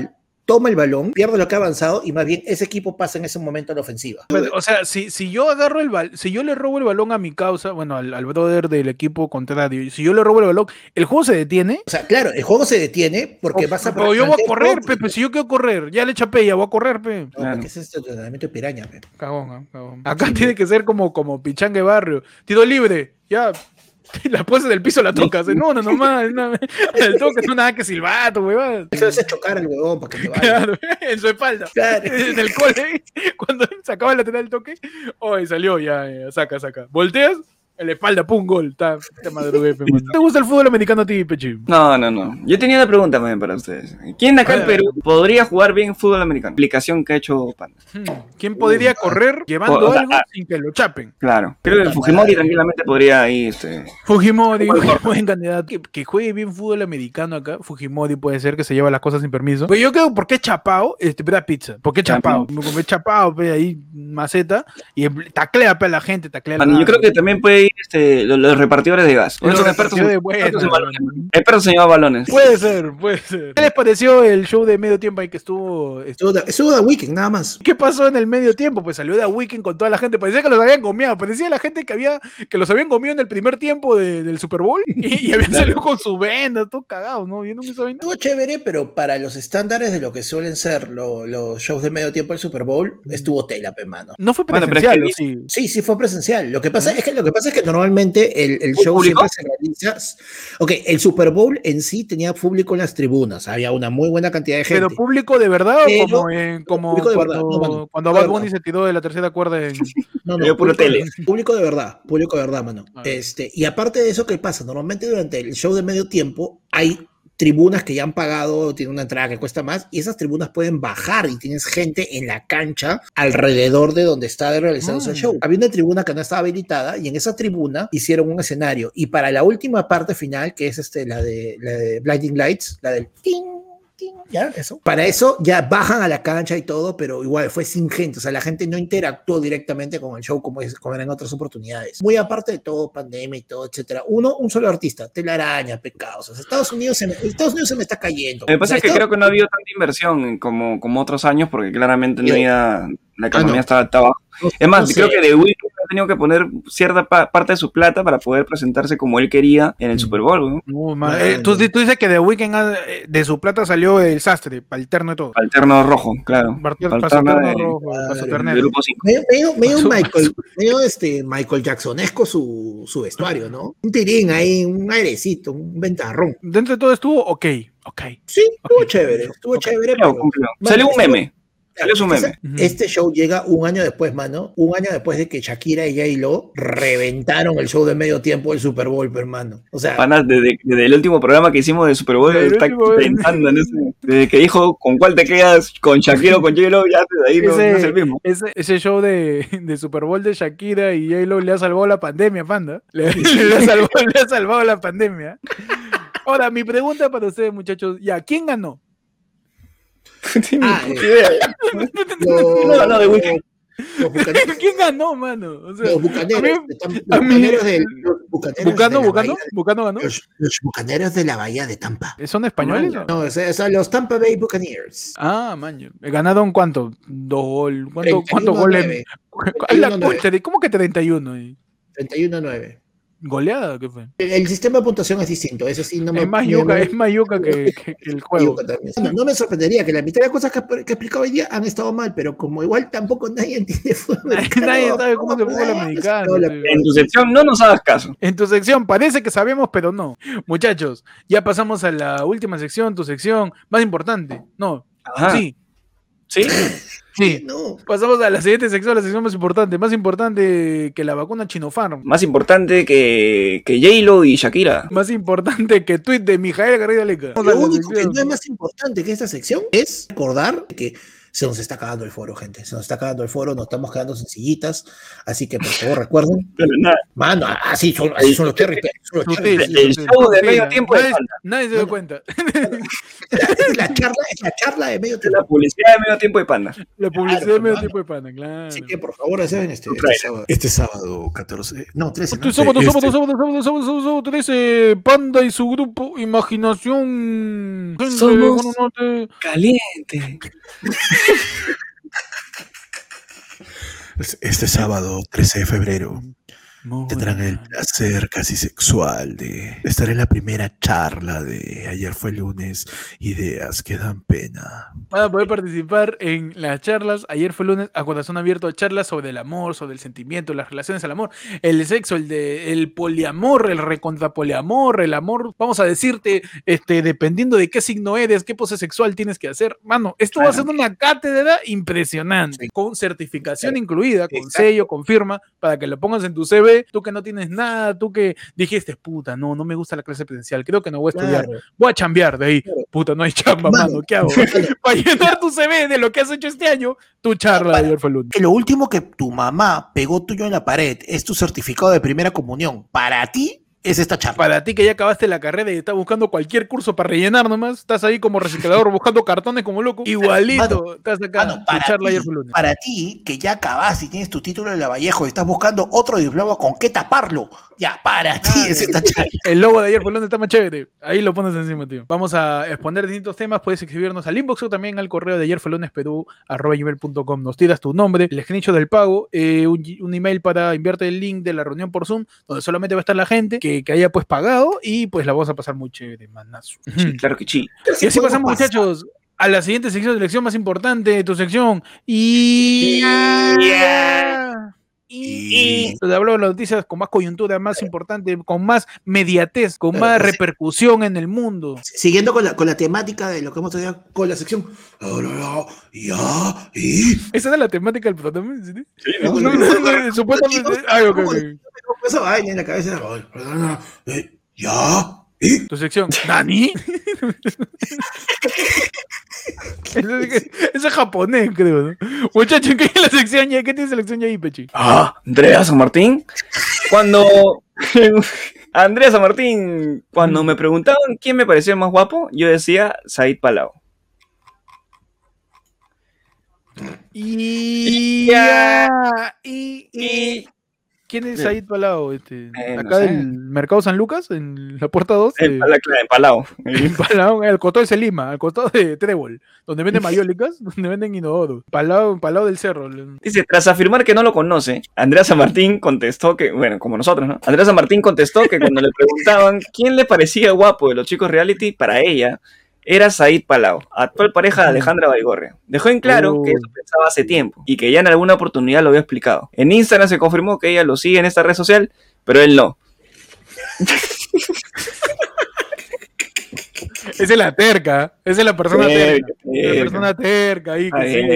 Speaker 1: toma el balón, pierde lo que ha avanzado y más bien ese equipo pasa en ese momento a la ofensiva.
Speaker 2: O sea, si yo agarro si yo le robo el balón a mi causa, bueno, al brother del equipo contrario, si yo le robo el balón, ¿el juego se detiene?
Speaker 1: O sea, claro, el juego se detiene porque vas a...
Speaker 2: Pero yo voy a correr, Pepe, si yo quiero correr, ya le chapé, ya voy a correr, Pepe.
Speaker 1: No, porque ese es el entrenamiento de piraña, Pepe.
Speaker 2: Cagón. Acá tiene que ser como Pichangue Barrio. Tiro libre, ya... La pose del piso la tocas, no, nomás, el toque no nada que silbato, weón.
Speaker 1: Eso es chocar al huevón para que te vaya.
Speaker 2: Claro, en su espalda. Claro. En el cole, cuando sacaba el lateral el toque, salió, ya, saca. Volteas, en la espalda, pum, gol. Te madrugué, pe, mano. ¿Te gusta el fútbol americano a ti, Pechi?
Speaker 3: No. Yo tenía una pregunta también para ustedes. ¿Quién acá en Perú podría jugar bien fútbol americano? Aplicación que ha hecho Panda.
Speaker 2: ¿Quién podría correr llevando algo sin que lo chapen?
Speaker 3: Claro. Creo que Fujimori tranquilamente podría ir.
Speaker 2: Fujimori, buen candidato. Que juegue bien fútbol americano acá. Fujimori puede ser que se lleva las cosas sin permiso. Pero yo creo, ¿por qué chapado? Pida pizza. ¿Por qué chapado? Como es chapado, pe, ahí maceta. Y taclea pe, a la gente,
Speaker 3: yo creo que también puede ir los repartidores de gas. Son expertos en balones. Expertos en llevar balones.
Speaker 2: Puede ser. ¿Qué les pareció el show de medio tiempo ahí que estuvo
Speaker 1: The Weeknd, nada más?
Speaker 2: ¿Qué pasó en el medio tiempo? Pues salió The Weeknd con toda la gente. Parecía que los habían comido. Parecía la gente que los habían comido en el primer tiempo del Super Bowl. Y habían salido con su venda, todo cagado, ¿no? Yo no me sabía.
Speaker 1: Estuvo chévere, pero para los estándares de lo que suelen ser los shows de medio tiempo del Super Bowl, estuvo tela, pe, mano.
Speaker 2: No fue presencial, ¿no?
Speaker 1: Sí, fue presencial. Lo que pasa es que normalmente el show siempre se realiza. Ok, el Super Bowl en sí tenía público en las tribunas. Había una muy buena cantidad de gente.
Speaker 2: ¿Pero público de verdad o como cuando Bad Bunny se tiró de la tercera cuerda en...
Speaker 1: No, público de verdad, mano. Y aparte de eso, ¿qué pasa? Normalmente durante el show de medio tiempo hay tribunas que ya han pagado, tienen una entrada que cuesta más, y esas tribunas pueden bajar y tienes gente en la cancha alrededor de donde está realizándose el show. Había una tribuna que no estaba habilitada y en esa tribuna hicieron un escenario, y para la última parte final, que es la de Blinding Lights, la del ting, ya, eso. Para eso ya bajan a la cancha y todo, pero igual fue sin gente, o sea, la gente no interactuó directamente con el show como eran otras oportunidades. Muy aparte de todo, pandemia y todo, etcétera. Un solo artista, telaraña, pecados. O sea, Estados Unidos se me está cayendo.
Speaker 3: Lo que pasa es que creo que no ha habido tanta inversión como otros años, porque claramente no había, la economía estaba abajo. Es más, creo que The Weeknd ha tenido que poner cierta parte de su plata para poder presentarse como él quería en el Super Bowl, ¿no?
Speaker 2: Tú dices que The Weeknd de su plata salió el sastre, palterno y todo.
Speaker 3: Palterno rojo, claro.
Speaker 2: Palterno rojo,
Speaker 3: grupo 5.
Speaker 1: Medio Michael Jacksonesco su vestuario, ¿no? Un tirín ahí, un airecito, un ventarrón.
Speaker 2: Dentro de todo estuvo ok.
Speaker 1: Sí, estuvo chévere.
Speaker 3: Salió un meme. Salió su meme.
Speaker 1: Este show llega un año después, mano. Un año después de que Shakira y J-Lo reventaron el show de medio tiempo del Super Bowl, hermano. O sea,
Speaker 3: panas, desde el último programa que hicimos del Super Bowl, está pensando en ese. Desde que dijo con cuál te quedas, con Shakira o con J-Lo, ya desde ahí no es el mismo.
Speaker 2: Ese show de Super Bowl de Shakira y J-Lo le ha salvado la pandemia, Panda. Le ha salvado la pandemia. Ahora, mi pregunta para ustedes, muchachos, ¿quién ganó?
Speaker 3: No, de Weeknd.
Speaker 2: ¿Quién ganó, mano? O sea,
Speaker 1: los bucaneros.
Speaker 2: ¿Bucano ganó?
Speaker 1: Los bucaneros de la Bahía de Tampa.
Speaker 2: ¿Son españoles?
Speaker 1: No, son los Tampa Bay Buccaneers.
Speaker 2: Man. ¿Ganaron cuánto? ¿Cuántos goles? ¿Cómo que 31?
Speaker 1: 31-9.
Speaker 2: ¿Goleada? ¿Qué fue?
Speaker 1: El sistema de puntuación es distinto, eso sí, no me...
Speaker 2: Es más yuca que el juego.
Speaker 1: No me sorprendería que la mitad de las cosas que he explicado hoy día han estado mal, pero como igual tampoco nadie entiende fútbol americano.
Speaker 2: Nadie sabe cómo se fútbol americano.
Speaker 3: En tu sección no nos hagas caso.
Speaker 2: En tu sección parece que sabemos, pero no. Muchachos, ya pasamos a la última sección, tu sección más importante. No.
Speaker 3: Ajá.
Speaker 2: Sí. Sí, no. Pasamos a la siguiente sección, la sección más importante que la vacuna Sinopharm.
Speaker 3: Más importante que J-Lo y Shakira.
Speaker 2: Más importante que tweet de Mijael Garrido Leca.
Speaker 1: Lo único que no es más importante que esta sección es recordar que Se nos está acabando el foro, gente. Se nos está acabando el foro, nos estamos quedando sin sillitas. Así que, por favor, recuerden. Mano, así son los cherry.
Speaker 3: El show de medio tiempo de Panda.
Speaker 2: Nadie se dio cuenta.
Speaker 1: Es la charla de medio tiempo.
Speaker 3: La publicidad de medio tiempo de Panda.
Speaker 2: La publicidad de medio tiempo de Panda, claro.
Speaker 1: Así que, por favor, hacen este sábado 14. No, 13.
Speaker 2: Este sábado 13. Panda y su grupo Imaginación.
Speaker 3: Somos caliente.
Speaker 1: Este sábado 13 de febrero tendrán el placer casi sexual de estar en la primera charla de Ayer fue lunes, ideas que dan pena.
Speaker 2: Van a poder participar en las charlas. Ayer fue lunes a corazón abierto, charlas sobre el amor, sobre el sentimiento, las relaciones al amor, el sexo, el poliamor, el recontrapoliamor, el amor. Vamos a decirte, dependiendo de qué signo eres, qué pose sexual tienes que hacer. Mano, esto va a ser una cátedra impresionante, con certificación incluida, con sello, con firma, para que lo pongas en tu CV. Tú que no tienes nada, tú que dijiste, puta, no me gusta la clase presencial, creo que no voy a estudiar, voy a chambear de ahí, puta, no hay chamba, mano, ¿qué hago? Para llenar tu CV de lo que has hecho este año, tu charla de ayer fue el lunes.
Speaker 1: Que lo último que tu mamá pegó tuyo en la pared es tu certificado de primera comunión. Para ti es esta charla.
Speaker 2: Para ti que ya acabaste la carrera y estás buscando cualquier curso para rellenar nomás, estás ahí como reciclador buscando cartones como loco, igualito, estás acá, tu charla ayer fue el lunes.
Speaker 1: Para ti que ya acabaste y tienes tu título de Lavallejo y estás buscando otro diploma con qué taparlo, ya, para ti es esta charla.
Speaker 2: El logo de ayer fue el lunes está más chévere, ahí lo pones encima, tío. Vamos a exponer distintos temas, puedes escribirnos al inbox o también al correo de ayerfuelunesperu@gmail.com. Nos tiras tu nombre, el screenshot del pago, un email para enviarte el link de la reunión por Zoom, donde solamente va a estar la gente que haya pues pagado y pues la vamos a pasar muy chévere, manazo.
Speaker 3: Sí, claro que sí.
Speaker 2: Y así pasamos, muchachos, a la siguiente sección de lección más importante, tu sección. Y donde hablo de las noticias con más coyuntura, más importante, con más mediatez, con más repercusión en el mundo.
Speaker 1: Siguiendo con la temática de lo que hemos tenido con la sección.
Speaker 2: Esa era la temática del protagonista.
Speaker 3: Sí,
Speaker 2: Supuestamente.
Speaker 1: Eso hay en la cabeza.
Speaker 2: Tu sección. ¿Nani? Eso es japonés, creo, ¿no? Muchachos, ¿qué es la sección ya? ¿Qué tiene la sección ya ahí, Pechi?
Speaker 3: Andrea San Martín. Andrea San Martín, cuando me preguntaban quién me parecía más guapo, yo decía Said Palau.
Speaker 2: ¿Quién es Said Palau? Acá no sé. Del Mercado San Lucas, en la puerta 2.
Speaker 3: En Palau.
Speaker 2: En Palau, al costado de Lima, al costado de Trébol, donde venden mayólicas, donde venden inodoros. Palau del Cerro.
Speaker 3: Dice, tras afirmar que no lo conoce, Andrea San Martín contestó que, bueno, como nosotros, ¿no? Andrea San Martín contestó que cuando le preguntaban quién le parecía guapo de los chicos reality, para ella era Said Palau, actual pareja de Alejandra Baigorria. Dejó en claro que eso pensaba hace tiempo y que ya en alguna oportunidad lo había explicado. En Instagram se confirmó que ella lo sigue en esta red social, pero él no.
Speaker 2: Esa es la terca, esa es la persona terca. La persona terca ahí.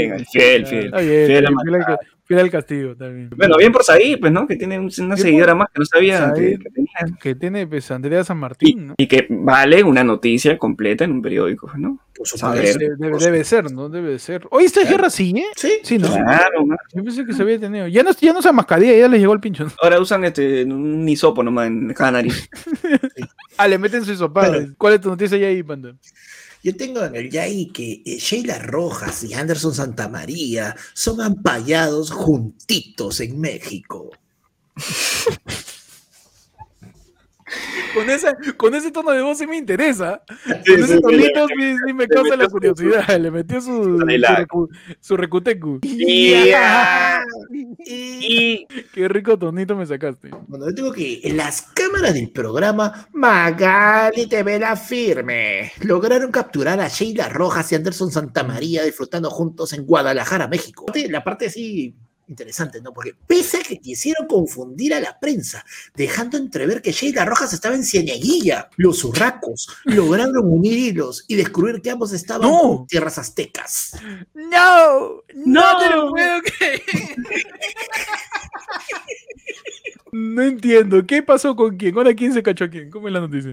Speaker 2: Fiel al castigo también.
Speaker 3: Bueno, bien por Said, pues, ¿no? Que tiene una seguidora más que no sabía que tenía.
Speaker 2: Que tiene, pues, Andrea San Martín, ¿no?
Speaker 3: Y que vale una noticia completa en un periódico, ¿no?
Speaker 2: Debe ser, ¿no? Debe ser. Oye, esta guerra sigue.
Speaker 1: Sí,
Speaker 2: ¿no?
Speaker 3: Claro, man.
Speaker 2: Yo pensé que se había tenido. Ya no usan mascarilla, ya les llegó el pincho, ¿no?
Speaker 3: Ahora usan un hisopo nomás en cada nariz.
Speaker 2: Le meten su hisopado. Bueno. ¿Cuál es tu noticia ya ahí, Panda?
Speaker 1: Yo tengo en el Yai que Sheila Rojas y Anderson Santamaría son ampallados juntitos en México.
Speaker 2: Con ese tono de voz sí me interesa. Sí, con ese tonito sí me causa la curiosidad. Le metió su recutecu. Qué rico tonito me sacaste.
Speaker 1: Bueno, yo tengo que en las cámaras del programa Magali TV La Firme lograron capturar a Sheila Rojas y Anderson Santamaría disfrutando juntos en Guadalajara, México. La parte así interesante, ¿no? Porque pese a que quisieron confundir a la prensa, dejando entrever que Sheila Rojas estaba en Cieneguilla, los urracos lograron unir hilos y descubrir que ambos estaban en tierras aztecas.
Speaker 2: ¡No te lo puedo creer! No entiendo, ¿qué pasó con quién? ¿Ahora quién se cachó a quién? ¿Cómo es la noticia?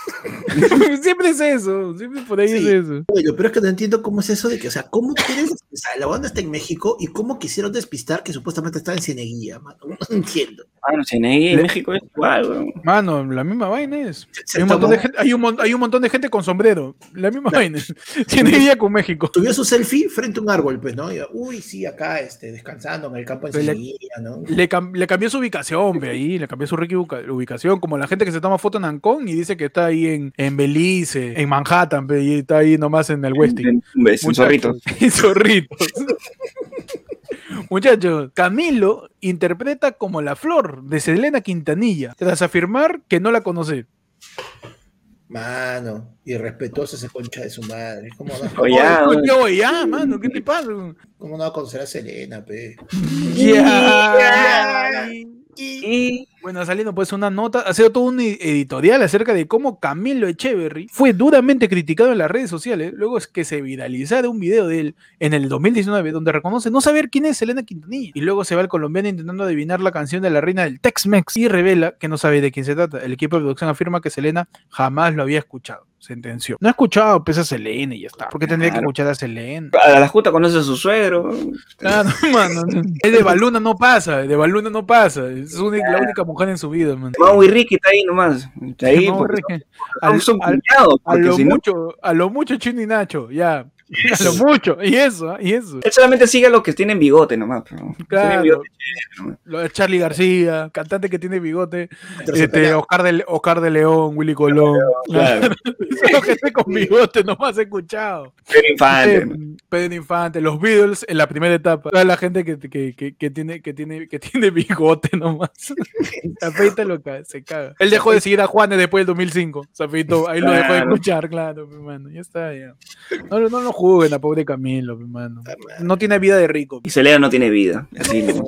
Speaker 2: Siempre es eso, siempre por ahí es eso.
Speaker 1: Bueno, pero es que no entiendo cómo es eso de que, o sea, ¿cómo quieres sea, la banda está en México y cómo quisieron despistar que supuestamente está en Cieneguilla, mano. No entiendo.
Speaker 3: Bueno, Cieneguilla en México es igual, weón.
Speaker 2: Mano, la misma vaina es.
Speaker 1: Se
Speaker 2: Hay un montón
Speaker 1: tomó-
Speaker 2: de gente, hay un montón de gente con sombrero. La misma vaina es. Tiene idea con México.
Speaker 1: Subió su selfie frente a un árbol, pues, ¿no? Y, uy, sí, acá, descansando en el campo de
Speaker 2: Pero
Speaker 1: Cieneguilla, ¿no?
Speaker 2: Le cambió su ubicación, ve ahí, le cambió su ubicación, como la gente que se toma foto en Ancón y dice que está ahí en Belice, en Manhattan, ve, y está ahí nomás en el Westin.
Speaker 3: En Zorritos.
Speaker 2: En Zorritos. Muchachos, Camilo interpreta como la flor de Selena Quintanilla, tras afirmar que no la conoce.
Speaker 1: Mano, irrespetuoso ese concha de su madre.
Speaker 2: Ya, mano, ¿qué te pasa?
Speaker 1: ¿Cómo no va a conocer a Selena, pe?
Speaker 2: Ya.
Speaker 3: Y
Speaker 2: Bueno, ha salido pues una nota, ha sido todo un editorial acerca de cómo Camilo Echeverry fue duramente criticado en las redes sociales, luego es que se viralizara un video de él en el 2019 donde reconoce no saber quién es Selena Quintanilla y luego se va al colombiano intentando adivinar la canción de la reina del Tex-Mex y revela que no sabe de quién se trata. El equipo de producción afirma que Selena jamás lo había escuchado. Sentenció. No ha escuchado pues a Selena y ya está. ¿Por qué tendría que escuchar a Selena?
Speaker 3: a la justa conoce a su suegro.
Speaker 2: Ah, no, mano. Es de Baluna no pasa, de Baluna no pasa. Es la única mujer en su vida, man.
Speaker 3: Mau y Ricky está ahí nomás. Está ahí
Speaker 2: Mau y
Speaker 3: porque
Speaker 2: Ricky.
Speaker 3: son cuñados. Porque si no,
Speaker 2: A lo mucho Chino y Nacho, ya. A lo mucho. Y eso.
Speaker 3: él solamente sigue a los que tienen bigote nomás. Pero
Speaker 2: Claro.
Speaker 3: tienen bigote chévere nomás.
Speaker 2: Lo de Charlie García, cantante que tiene bigote.
Speaker 1: Terciopelado.
Speaker 2: Oscar de León, Willy Colón.
Speaker 3: Claro.
Speaker 2: Solo que esté con bigote nomás he escuchado.
Speaker 3: Pedro Infante. ¿no?
Speaker 2: Pedro Infante, los Beatles en la primera etapa. Toda la gente que tiene bigote nomás. Se afeita se caga. Él dejó de seguir a Juanes después del 2005. Se afeitó, ahí lo dejó de escuchar, claro, mi mano. Ya está, ya. No lo juzguen a pobre Camilo, mi mano. No tiene vida de rico.
Speaker 3: Y Selena no tiene vida. Así no.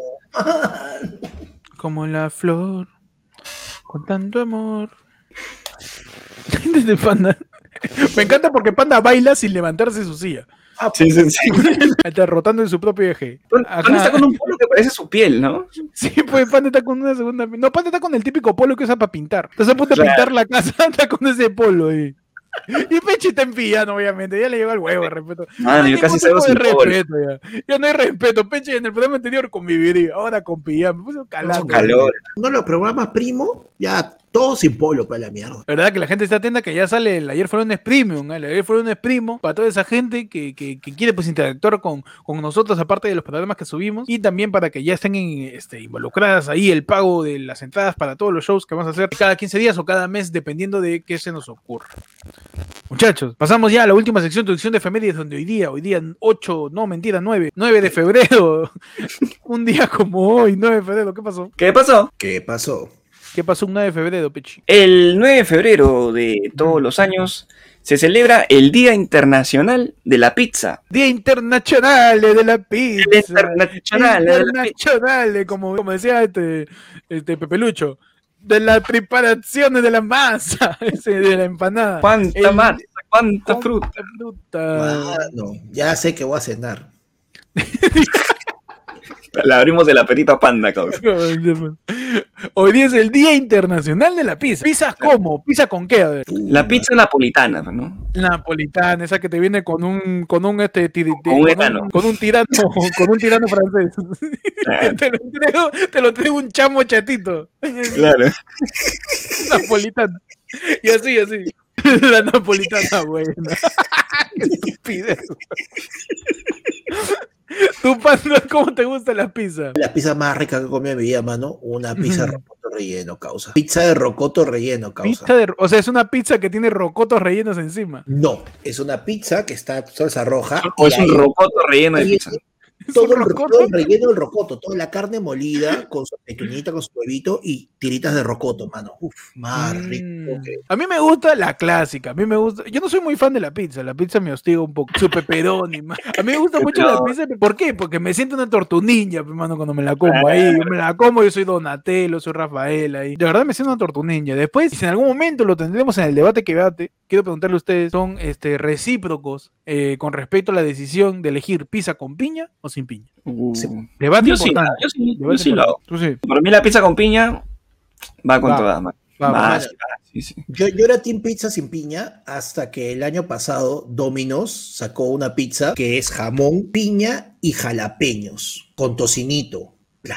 Speaker 2: Como la flor, con tanto amor. Desde Panda. Me encanta porque Panda baila sin levantarse de su silla.
Speaker 3: Sí.
Speaker 2: Está rotando en su propio eje.
Speaker 3: Panda está con un polo que parece su piel, ¿no?
Speaker 2: Sí, pues Panda está con una segunda. No, Panda está con el típico polo que usa para pintar. Estás a punto de pintar la casa, está con ese polo ahí. Y Pechi está en pillano, obviamente. Ya le llegó el huevo de respeto.
Speaker 3: Mano, yo casi salgo sin polo.
Speaker 2: Ya no hay respeto. Pechi en el programa anterior conviviría. Ahora con pillano. Me puso calado.
Speaker 3: Calor.
Speaker 1: Uno de los programas primo, ya todo sin polo para la mierda.
Speaker 2: ¿Verdad? Que la gente está atenta que ya sale el Ayer Fueron Premium. El Ayer Fueron Premium para toda esa gente que quiere pues interactuar con nosotros, aparte de los programas que subimos, y también para que ya estén involucradas ahí el pago de las entradas para todos los shows que vamos a hacer cada 15 días o cada mes, dependiendo de qué se nos ocurra. Muchachos, pasamos ya a la última sección de efemérides, donde hoy día 9 de febrero, un día como hoy, 9 de febrero, ¿qué pasó?
Speaker 3: ¿Qué pasó?
Speaker 1: ¿Qué pasó?
Speaker 2: ¿Qué pasó un 9 de febrero, Pechi?
Speaker 3: El 9 de febrero de todos los años se celebra el Día Internacional de la Pizza.
Speaker 2: Día Internacional de la Pizza.
Speaker 3: Internacional,
Speaker 2: como decía Pepe Lucho. De las preparaciones de la masa, de la empanada.
Speaker 3: ¿Cuánta masa? ¿Cuánta fruta?
Speaker 1: No, ya sé que voy a cenar.
Speaker 3: La abrimos de la perita Panda, cabrón.
Speaker 2: Hoy día es el Día Internacional de la Pizza. ¿Pizzas cómo? ¿Pizza con qué? A ver.
Speaker 3: La pizza napolitana, ¿no?
Speaker 2: Napolitana, esa que te viene con un tirano francés.
Speaker 3: Claro.
Speaker 2: te lo traigo un chamo chatito.
Speaker 3: Claro.
Speaker 2: Napolitana. Y así. La napolitana buena. Qué estupidez. ¿Tú, Panda, cómo te gusta la pizza?
Speaker 1: La pizza más rica que comí en mi vida, mano. Una pizza de rocoto relleno, causa. Pizza de rocoto relleno, causa.
Speaker 2: O sea, es una pizza que tiene rocotos rellenos encima.
Speaker 1: No, es una pizza que está salsa roja.
Speaker 3: O es un rocoto relleno de pizza.
Speaker 1: Todo el relleno del rocoto, toda la carne molida con su aceitunita, con su huevito y tiritas de rocoto, mano. Uf, más rico que...
Speaker 2: A mí me gusta la clásica, a mí me gusta. Yo no soy muy fan de la pizza me hostiga un poco. Su pepperoni, man. A mí me gusta mucho la pizza. ¿Por qué? Porque me siento una tortunilla, hermano, cuando me la como ahí. Yo me la como, yo soy Donatello, soy Rafael ahí. De verdad me siento una tortunilla. Después, si en algún momento lo tendremos en el debate que debate, quiero preguntarle a ustedes, ¿son recíprocos con respecto a la decisión de elegir pizza con piña o sin piña?
Speaker 3: Yo
Speaker 2: Debate
Speaker 3: sí,
Speaker 2: importante.
Speaker 3: yo sí lo hago.
Speaker 2: Tú sí.
Speaker 3: Para mí la pizza con piña va con todas, man. Más, sí.
Speaker 1: Yo era Team Pizza sin piña hasta que el año pasado Domino's sacó una pizza que es jamón, piña y jalapeños con tocinito.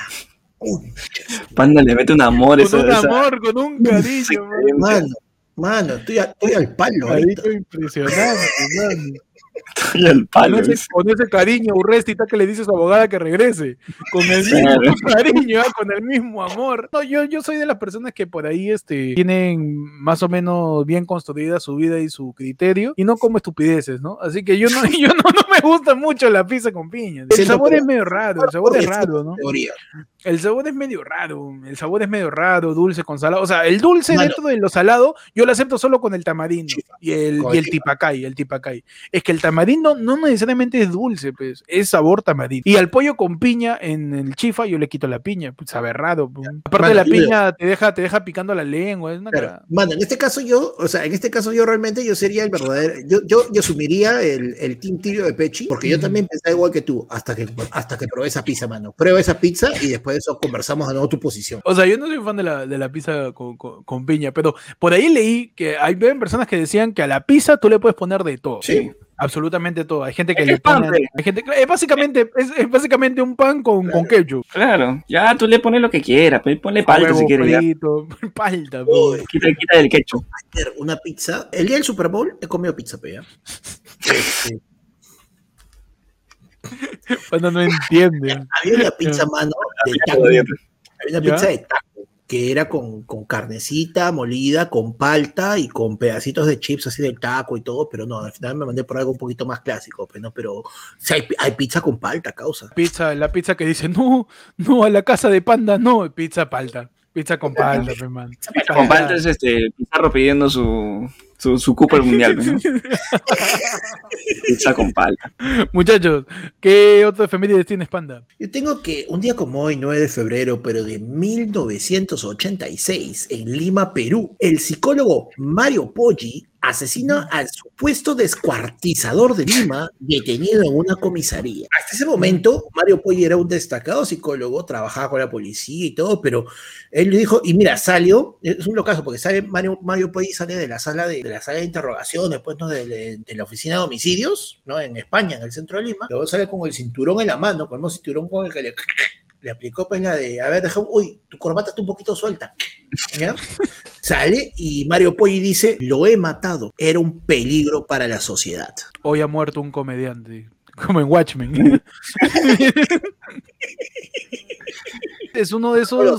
Speaker 3: Panda le mete un amor.
Speaker 2: Con un amor, con un cariño.
Speaker 1: Mano, estoy al palo ahorita.
Speaker 2: Impresionante, mano.
Speaker 3: Estoy al palo.
Speaker 2: Con ese cariño, Urrestita, que le dice a su abogada que regrese. Con el mismo cariño, con el mismo amor. No, yo soy de las personas que por ahí tienen más o menos bien construida su vida y su criterio, y no como estupideces, ¿no? Así que yo no me gusta mucho la pizza con piña. El sabor es medio raro, el sabor es raro, ¿no? El sabor es medio raro, dulce con salado. O sea, el dulce dentro de lo salado, yo lo acepto solo con el tamarindo y el tipacay. Es que el tamarindo no necesariamente es dulce, pues, es sabor tamarindo. Y al pollo con piña en el chifa yo le quito la piña, pues sabe raro. Pues. Aparte de la piña te deja picando la lengua. Es una
Speaker 1: Mano, en este caso yo realmente yo sería el verdadero, yo asumiría el Team Tirio de Pechi, porque yo también pensaba igual que tú, hasta que probé esa pizza, mano. Prueba esa pizza y después de eso conversamos de nuevo tu posición.
Speaker 2: O sea, yo no soy fan de la pizza con piña, pero por ahí leí que hay personas que decían que a la pizza tú le puedes poner de todo.
Speaker 1: Sí.
Speaker 2: Absolutamente todo. Hay gente que le pone. Es básicamente un pan con ketchup.
Speaker 3: Claro, ya tú le pones lo que quieras, ponle palta si quieres.
Speaker 2: Palta,
Speaker 3: quita el ketchup.
Speaker 1: Una pizza. El día del Super Bowl he comido pizza, pero ya.
Speaker 2: Cuando no entienden.
Speaker 1: Había una pizza, mano, de taco. Había una pizza de taco que era con carnecita molida, con palta y con pedacitos de chips así del taco y todo, pero no, al final me mandé por algo un poquito más clásico, pero o sea, hay pizza con palta, causa.
Speaker 2: La pizza que dice, no, a la casa de Panda, no, pizza palta. Pizza con palta, hermano.
Speaker 3: Pizza con palta es Pizarro pidiendo su cupo al mundial, ¿no? Pizza con palta.
Speaker 2: Muchachos, ¿qué otro efemérides tienes, Panda?
Speaker 1: Yo tengo que un día como hoy, 9 de febrero, pero de 1986, en Lima, Perú, el psicólogo Mario Poggi asesina al supuesto descuartizador de Lima detenido en una comisaría. Hasta ese momento, Mario Poggi era un destacado psicólogo, trabajaba con la policía y todo, pero él le dijo, y mira, salió, es un locazo, porque sale Mario Poggi sale de la sala de interrogaciones, pues, ¿no? de la oficina de homicidios, ¿no? En España, en el centro de Lima, luego sale con el cinturón en la mano, con el mismo cinturón con el que le aplicó pues la de, a ver, tu corbata está un poquito suelta, ¿ya? Sale y Mario Poggi dice, lo he matado, era un peligro para la sociedad.
Speaker 2: Hoy ha muerto un comediante, como en Watchmen. Es uno de esos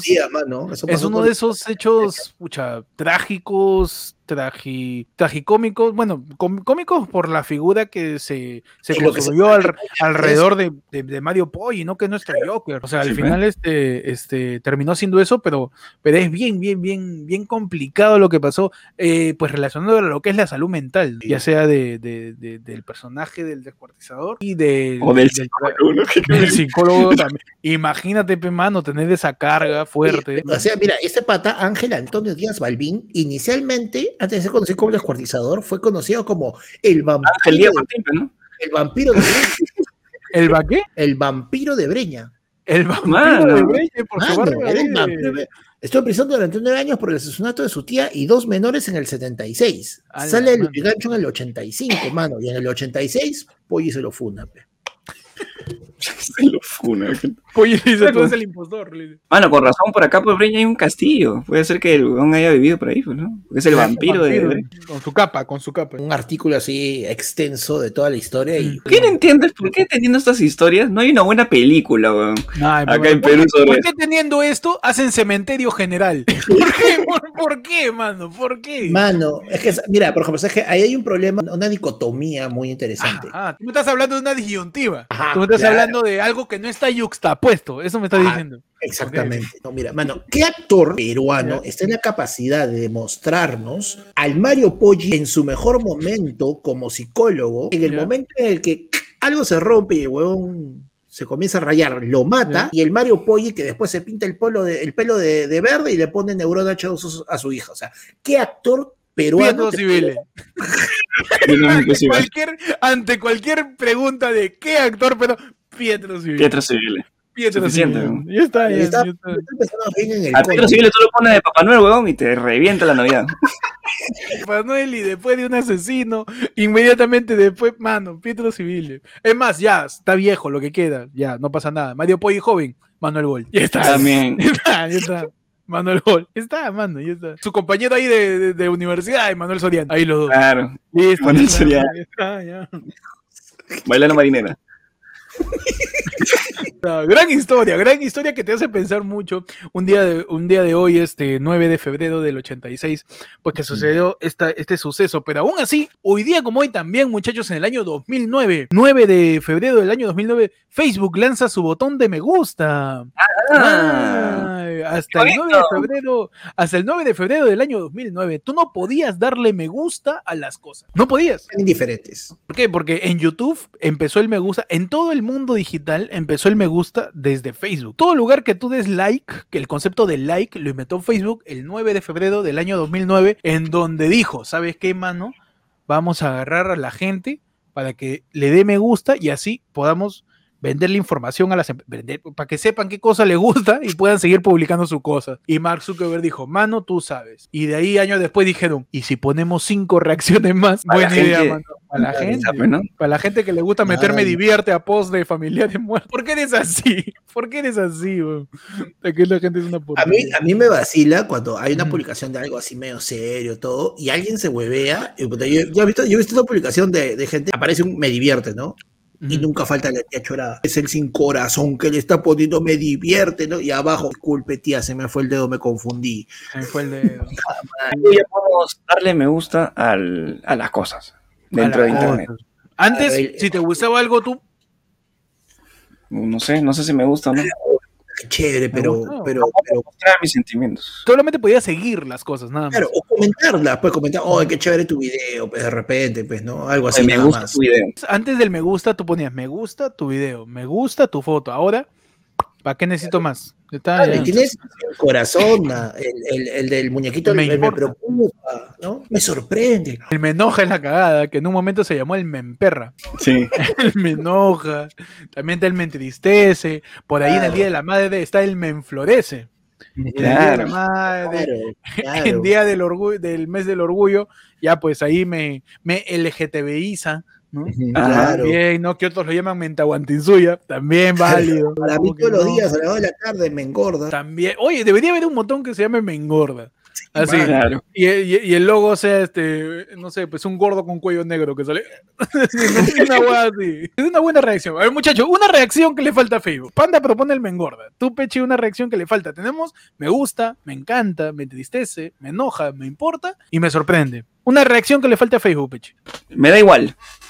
Speaker 2: hechos, trágicos, tragicómicos, bueno, cómicos por la figura que se construyó alrededor de Mario Poggi, ¿no? Que es nuestro Joker. O sea, al final terminó siendo eso, pero es bien complicado lo que pasó, pues relacionado a lo que es la salud mental, ya sea del personaje del descuartizador y del psicólogo también. Imagínate, mano, tener esa carga fuerte.
Speaker 1: O sea, mira, este pata, Ángel Antonio Díaz Balbín, inicialmente, antes de ser conocido como el descuartizador, fue conocido como el vampiro.
Speaker 3: ¿No?
Speaker 1: El vampiro de Breña.
Speaker 2: ¿El qué?
Speaker 1: El vampiro de Breña.
Speaker 2: El vampiro de Breña, por su barrio.
Speaker 1: Estuvo en prisión durante 9 años por el asesinato de su tía y 2 menores en el 76. Sale el gancho en el 85, mano. Y en el 86, Poggi se lo funda, pe.
Speaker 3: Se lo funa.
Speaker 2: Poggi dice, tú eres el impostor.
Speaker 3: Mano, con razón, por acá por Breña hay un castillo. Puede ser que el weón haya vivido por ahí, pues, ¿no? Porque es el vampiro de Breña.
Speaker 2: Con su capa.
Speaker 1: Un artículo así extenso de toda la historia. Y
Speaker 3: ¿qué no entiendes? ¿Por qué teniendo estas historias no hay una buena película, weón? Acá en Perú sobre...
Speaker 2: ¿Por qué teniendo esto hacen cementerio general? ¿Por qué, mano? ¿Por qué?
Speaker 1: Mano, es que, mira, por ejemplo, es que ahí hay un problema, una dicotomía muy interesante.
Speaker 2: Tú me estás hablando de una disyuntiva. Tú me estás hablando de algo que no está yuxtapuesto. Eso me estás diciendo.
Speaker 1: Exactamente. Okay. No, mira, mano, ¿qué actor peruano está en la capacidad de demostrarnos al Mario Poggi en su mejor momento como psicólogo, en el momento en el que algo se rompe y el huevón se comienza a rayar, lo mata, y el Mario Poggi que después se pinta el pelo de verde y le pone neurona a su hija? O sea, ¿qué actor peruano?
Speaker 2: Ante cualquier pregunta de qué actor, pero Pietro Civile. Pietro
Speaker 3: Suficiente,
Speaker 2: Civil.
Speaker 3: ¿no?
Speaker 2: Ya está, ya
Speaker 1: Está
Speaker 2: está.
Speaker 1: empezando bien en el
Speaker 3: A Pedro
Speaker 1: cono.
Speaker 3: Civil tú lo pones de Papá Noel, weón, y te revienta la Navidad.
Speaker 2: Manuel y después de un asesino, inmediatamente después, mano, Pietro Civil. Es más, ya, está viejo lo que queda, ya, no pasa nada. Mario Poggi joven, Manuel Gol. Ya está.
Speaker 3: También.
Speaker 2: Ya está. Manuel Gol. Está, mano, ya está. Su compañero ahí de universidad, Manuel Soriano. Ahí los dos.
Speaker 3: Claro.
Speaker 2: Listo.
Speaker 3: Manuel
Speaker 2: Ya está,
Speaker 3: Soriano.
Speaker 2: ya está, ya.
Speaker 3: Bailando marinera.
Speaker 2: No, gran historia que te hace pensar mucho. Un día de hoy, 9 de febrero del 86, pues que sucedió este suceso. Pero aún así, hoy día como hoy también, muchachos, en el año 2009, 9 de febrero del año 2009, Facebook lanza su botón de me gusta. Ay, hasta el 9 de febrero del año 2009, tú no podías darle me gusta a las cosas. No podías.
Speaker 1: Indiferentes.
Speaker 2: ¿Por qué? Porque en YouTube empezó el me gusta, en todo el mundo digital empezó el me gusta desde Facebook. Todo lugar que tú des like, que el concepto de like lo inventó Facebook el 9 de febrero del año 2009, en donde dijo, ¿sabes qué, mano? Vamos a agarrar a la gente para que le dé me gusta y así podamos venderle información a las para que sepan qué cosa le gusta y puedan seguir publicando sus cosas. Y Mark Zuckerberg dijo, mano, tú sabes. Y de ahí años después dijeron, ¿y si ponemos 5 reacciones más? Buena idea, mano. Para la gente,
Speaker 3: ¿no?
Speaker 2: para la gente que le gusta meterme divierte a post de familiares muertos. ¿Por qué eres así? ¿Por qué eres así, bro? Aquí la gente es una porquería.
Speaker 1: A mí me vacila cuando hay una publicación de algo así medio serio, todo, y alguien se huevea. Yo he visto una publicación de gente, aparece un me divierte, ¿no? Y nunca falta la tía chorada. Es el sin corazón que le está poniendo me divierte, ¿no? Y abajo, disculpe, tía, se me fue el dedo, me confundí.
Speaker 2: Se me fue el dedo.
Speaker 3: Ya podemos darle me gusta a las cosas dentro de internet.
Speaker 2: Antes, si te gustaba algo, tú...
Speaker 3: No sé si me gusta o no.
Speaker 1: Qué chévere, pero
Speaker 3: mostrar mis sentimientos.
Speaker 2: Solamente podías seguir las cosas, nada más.
Speaker 1: Claro, o comentarlas, pues comentar, oh, qué chévere tu video, pues de repente, pues, ¿no? Algo así,
Speaker 3: me
Speaker 1: nada
Speaker 3: gusta
Speaker 1: más.
Speaker 3: tu video.
Speaker 2: Antes del me gusta, tú ponías me gusta tu video, me gusta tu foto. Ahora, ¿para qué necesito más? Está,
Speaker 1: y tienes el corazón, el del muñequito, me preocupa, ¿no? Me sorprende.
Speaker 2: El me enoja es la cagada, que en un momento se llamó el me emperra.
Speaker 3: Sí.
Speaker 2: El me enoja, también está el me entristece, por ahí en el Día de la Madre está el me enflorece.
Speaker 3: Claro.
Speaker 2: El Día de la Madre, en Día del Orgullo, del mes del orgullo, ya pues ahí me LGTBiza, ¿no?
Speaker 1: Claro.
Speaker 2: También, ¿no? Que otros lo llaman mentahuantinsuya, también válido.
Speaker 1: Para mí todos los días, a las 2 de la tarde, me engorda.
Speaker 2: También, oye, debería haber un montón que se llame me engorda. Así,
Speaker 3: claro.
Speaker 2: y el logo sea no sé, pues un gordo con cuello negro que sale. Una hueá así. Es una buena reacción. A ver, muchachos, una reacción que le falta a Facebook. Panda propone el me engorda. Tú, Pechi, una reacción que le falta. Tenemos me gusta, me encanta, me entristece, me enoja, me importa y me sorprende. Una reacción que le falta a Facebook, Pechi.
Speaker 3: Me da igual.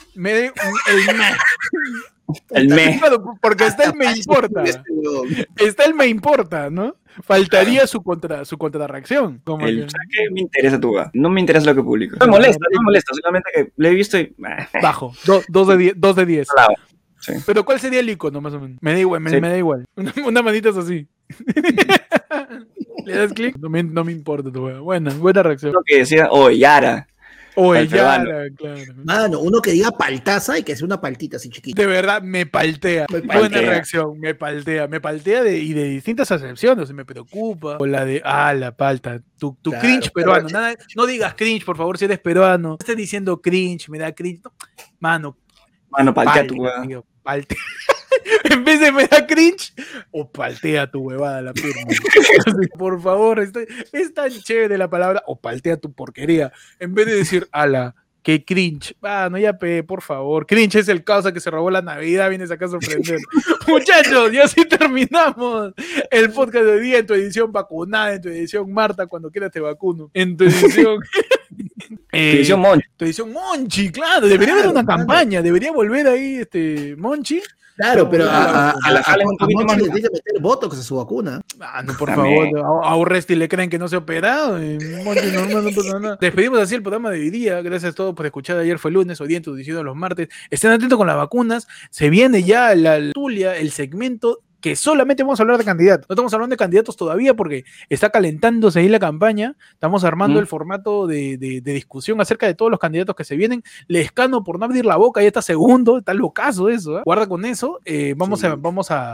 Speaker 2: El me. Porque está el me importa. Está el me importa, ¿no? Faltaría su contrarreacción. Como
Speaker 3: el que me interesa tu va. No me interesa lo que publica. No me molesta, solamente que le he visto y...
Speaker 2: Bajo, 2 de 10.
Speaker 3: Claro. Sí.
Speaker 2: Pero ¿cuál sería el icono, más o menos? Me da igual, me da igual. Una manita es así. ¿Le das clic? No me importa tu va. Buena reacción.
Speaker 3: Lo que decía, Yara.
Speaker 2: Yara, claro.
Speaker 1: Mano, uno que diga paltaza y que sea una paltita así chiquita.
Speaker 2: De verdad, me paltea. Buena reacción, me paltea y de distintas acepciones, me preocupa. O la de, la palta, tu claro, cringe peruano. Nada, no digas cringe, por favor, si eres peruano. No estés diciendo cringe, me da cringe. No. Mano,
Speaker 3: paltea tu huevada.
Speaker 2: Paltea. En vez de me da cringe, o paltea tu huevada la firma. Por favor, es tan chévere la palabra, o paltea tu porquería. En vez de decir, ala, qué cringe. No, ya por favor. Cringe es el causa que se robó la Navidad, vienes acá a sorprender. Muchachos, ya sí terminamos el podcast de hoy día en tu edición vacunada, en tu edición Marta, cuando quieras te vacuno. En tu edición...
Speaker 3: edición Monchi.
Speaker 2: Tu edición Monchi, claro. Debería haber una campaña, debería volver ahí Monchi.
Speaker 1: Claro, pero a Monchi le tiene que meter botox a su vacuna.
Speaker 2: No, por favor, a Urresti le creen que no se ha operado. Monchi normal no pasa nada. Despedimos así el programa de hoy día. Gracias a todos por escuchar. Ayer fue lunes, hoy día en tu edición los martes. Estén atentos con las vacunas. Se viene ya la tulia, el segmento que solamente vamos a hablar de candidatos. No estamos hablando de candidatos todavía porque está calentándose ahí la campaña. Estamos armando el formato de discusión acerca de todos los candidatos que se vienen. Lescano por no abrir la boca, ya está segundo. Está locazo eso. Guarda con eso. Vamos a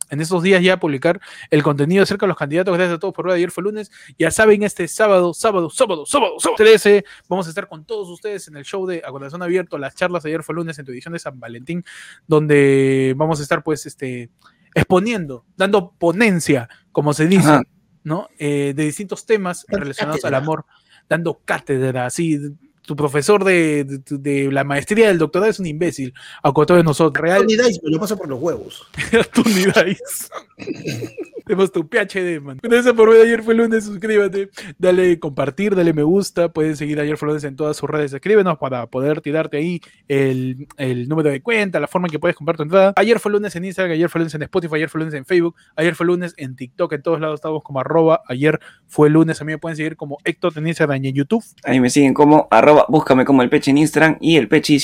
Speaker 2: en estos días ya publicar el contenido acerca de los candidatos. Gracias a todos por ver. Ayer fue lunes. Ya saben, este sábado 13, vamos a estar con todos ustedes en el show de A Corazón Abierto, las charlas de Ayer fue lunes en tu edición de San Valentín, donde vamos a estar pues exponiendo, dando ponencia, como se dice,
Speaker 3: Ajá.
Speaker 2: ¿no? De distintos temas relacionados al amor, dando cátedra, así. Tu profesor de la maestría del doctorado es un imbécil, a todos nosotros. Real.
Speaker 1: Tony Dice me lo pasa por los huevos.
Speaker 2: Tony Dice. Tenemos tu PhD, man. Gracias por ver. Ayer fue lunes. Suscríbete, dale compartir, dale me gusta. Pueden seguir Ayer fue lunes en todas sus redes. Escríbenos para poder tirarte ahí el número de cuenta, la forma en que puedes comprar tu entrada. Ayer fue lunes en Instagram, ayer fue lunes en Spotify, ayer fue lunes en Facebook, ayer fue lunes en TikTok. En todos lados estamos como @ayer fue lunes. A mí me pueden seguir como Héctor en Instagram y en YouTube.
Speaker 3: Ahí me siguen como búscame como el Pechi en Instagram y el Pechi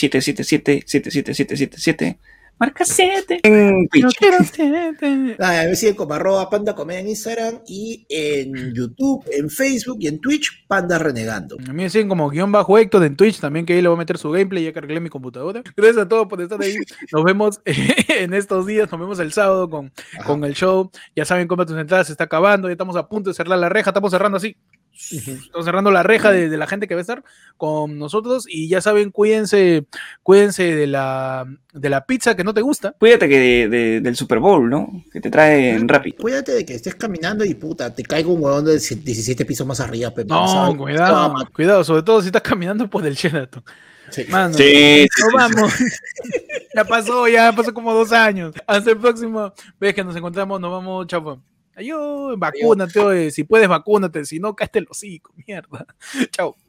Speaker 3: 777 marca 7 en Twitch.
Speaker 1: Me siguen como @Panda Comedia en Instagram y en YouTube, en Facebook y en Twitch, Panda Renegando.
Speaker 2: A mí me siguen como _Héctor en Twitch también, que ahí le voy a meter su gameplay. Ya cargué mi computadora. Gracias a todos por estar ahí. Nos vemos en estos días. Nos vemos el sábado con el show. Ya saben, compra tus entradas, se está acabando. Ya estamos a punto de cerrar la reja. Estamos cerrando así. Estamos cerrando la reja de la gente que va a estar con nosotros. Y ya saben, cuídense de la pizza que no te gusta.
Speaker 3: Cuídate que del Super Bowl, ¿no? Que te traen rápido.
Speaker 1: Cuídate de que estés caminando y puta, te caiga un huevón de 17 pisos más arriba, Pepe.
Speaker 2: No, cuidado, sobre todo si estás caminando por el Sheraton.
Speaker 1: Sí.
Speaker 2: Mano,
Speaker 3: Sí.
Speaker 2: vamos. Ya pasó como 2 años. Hasta el próximo vez que nos encontramos, nos vamos, chao. Adiós, vacúnate, oye. Si puedes, vacúnate. Si no, cállate el hocico, mierda. Chao.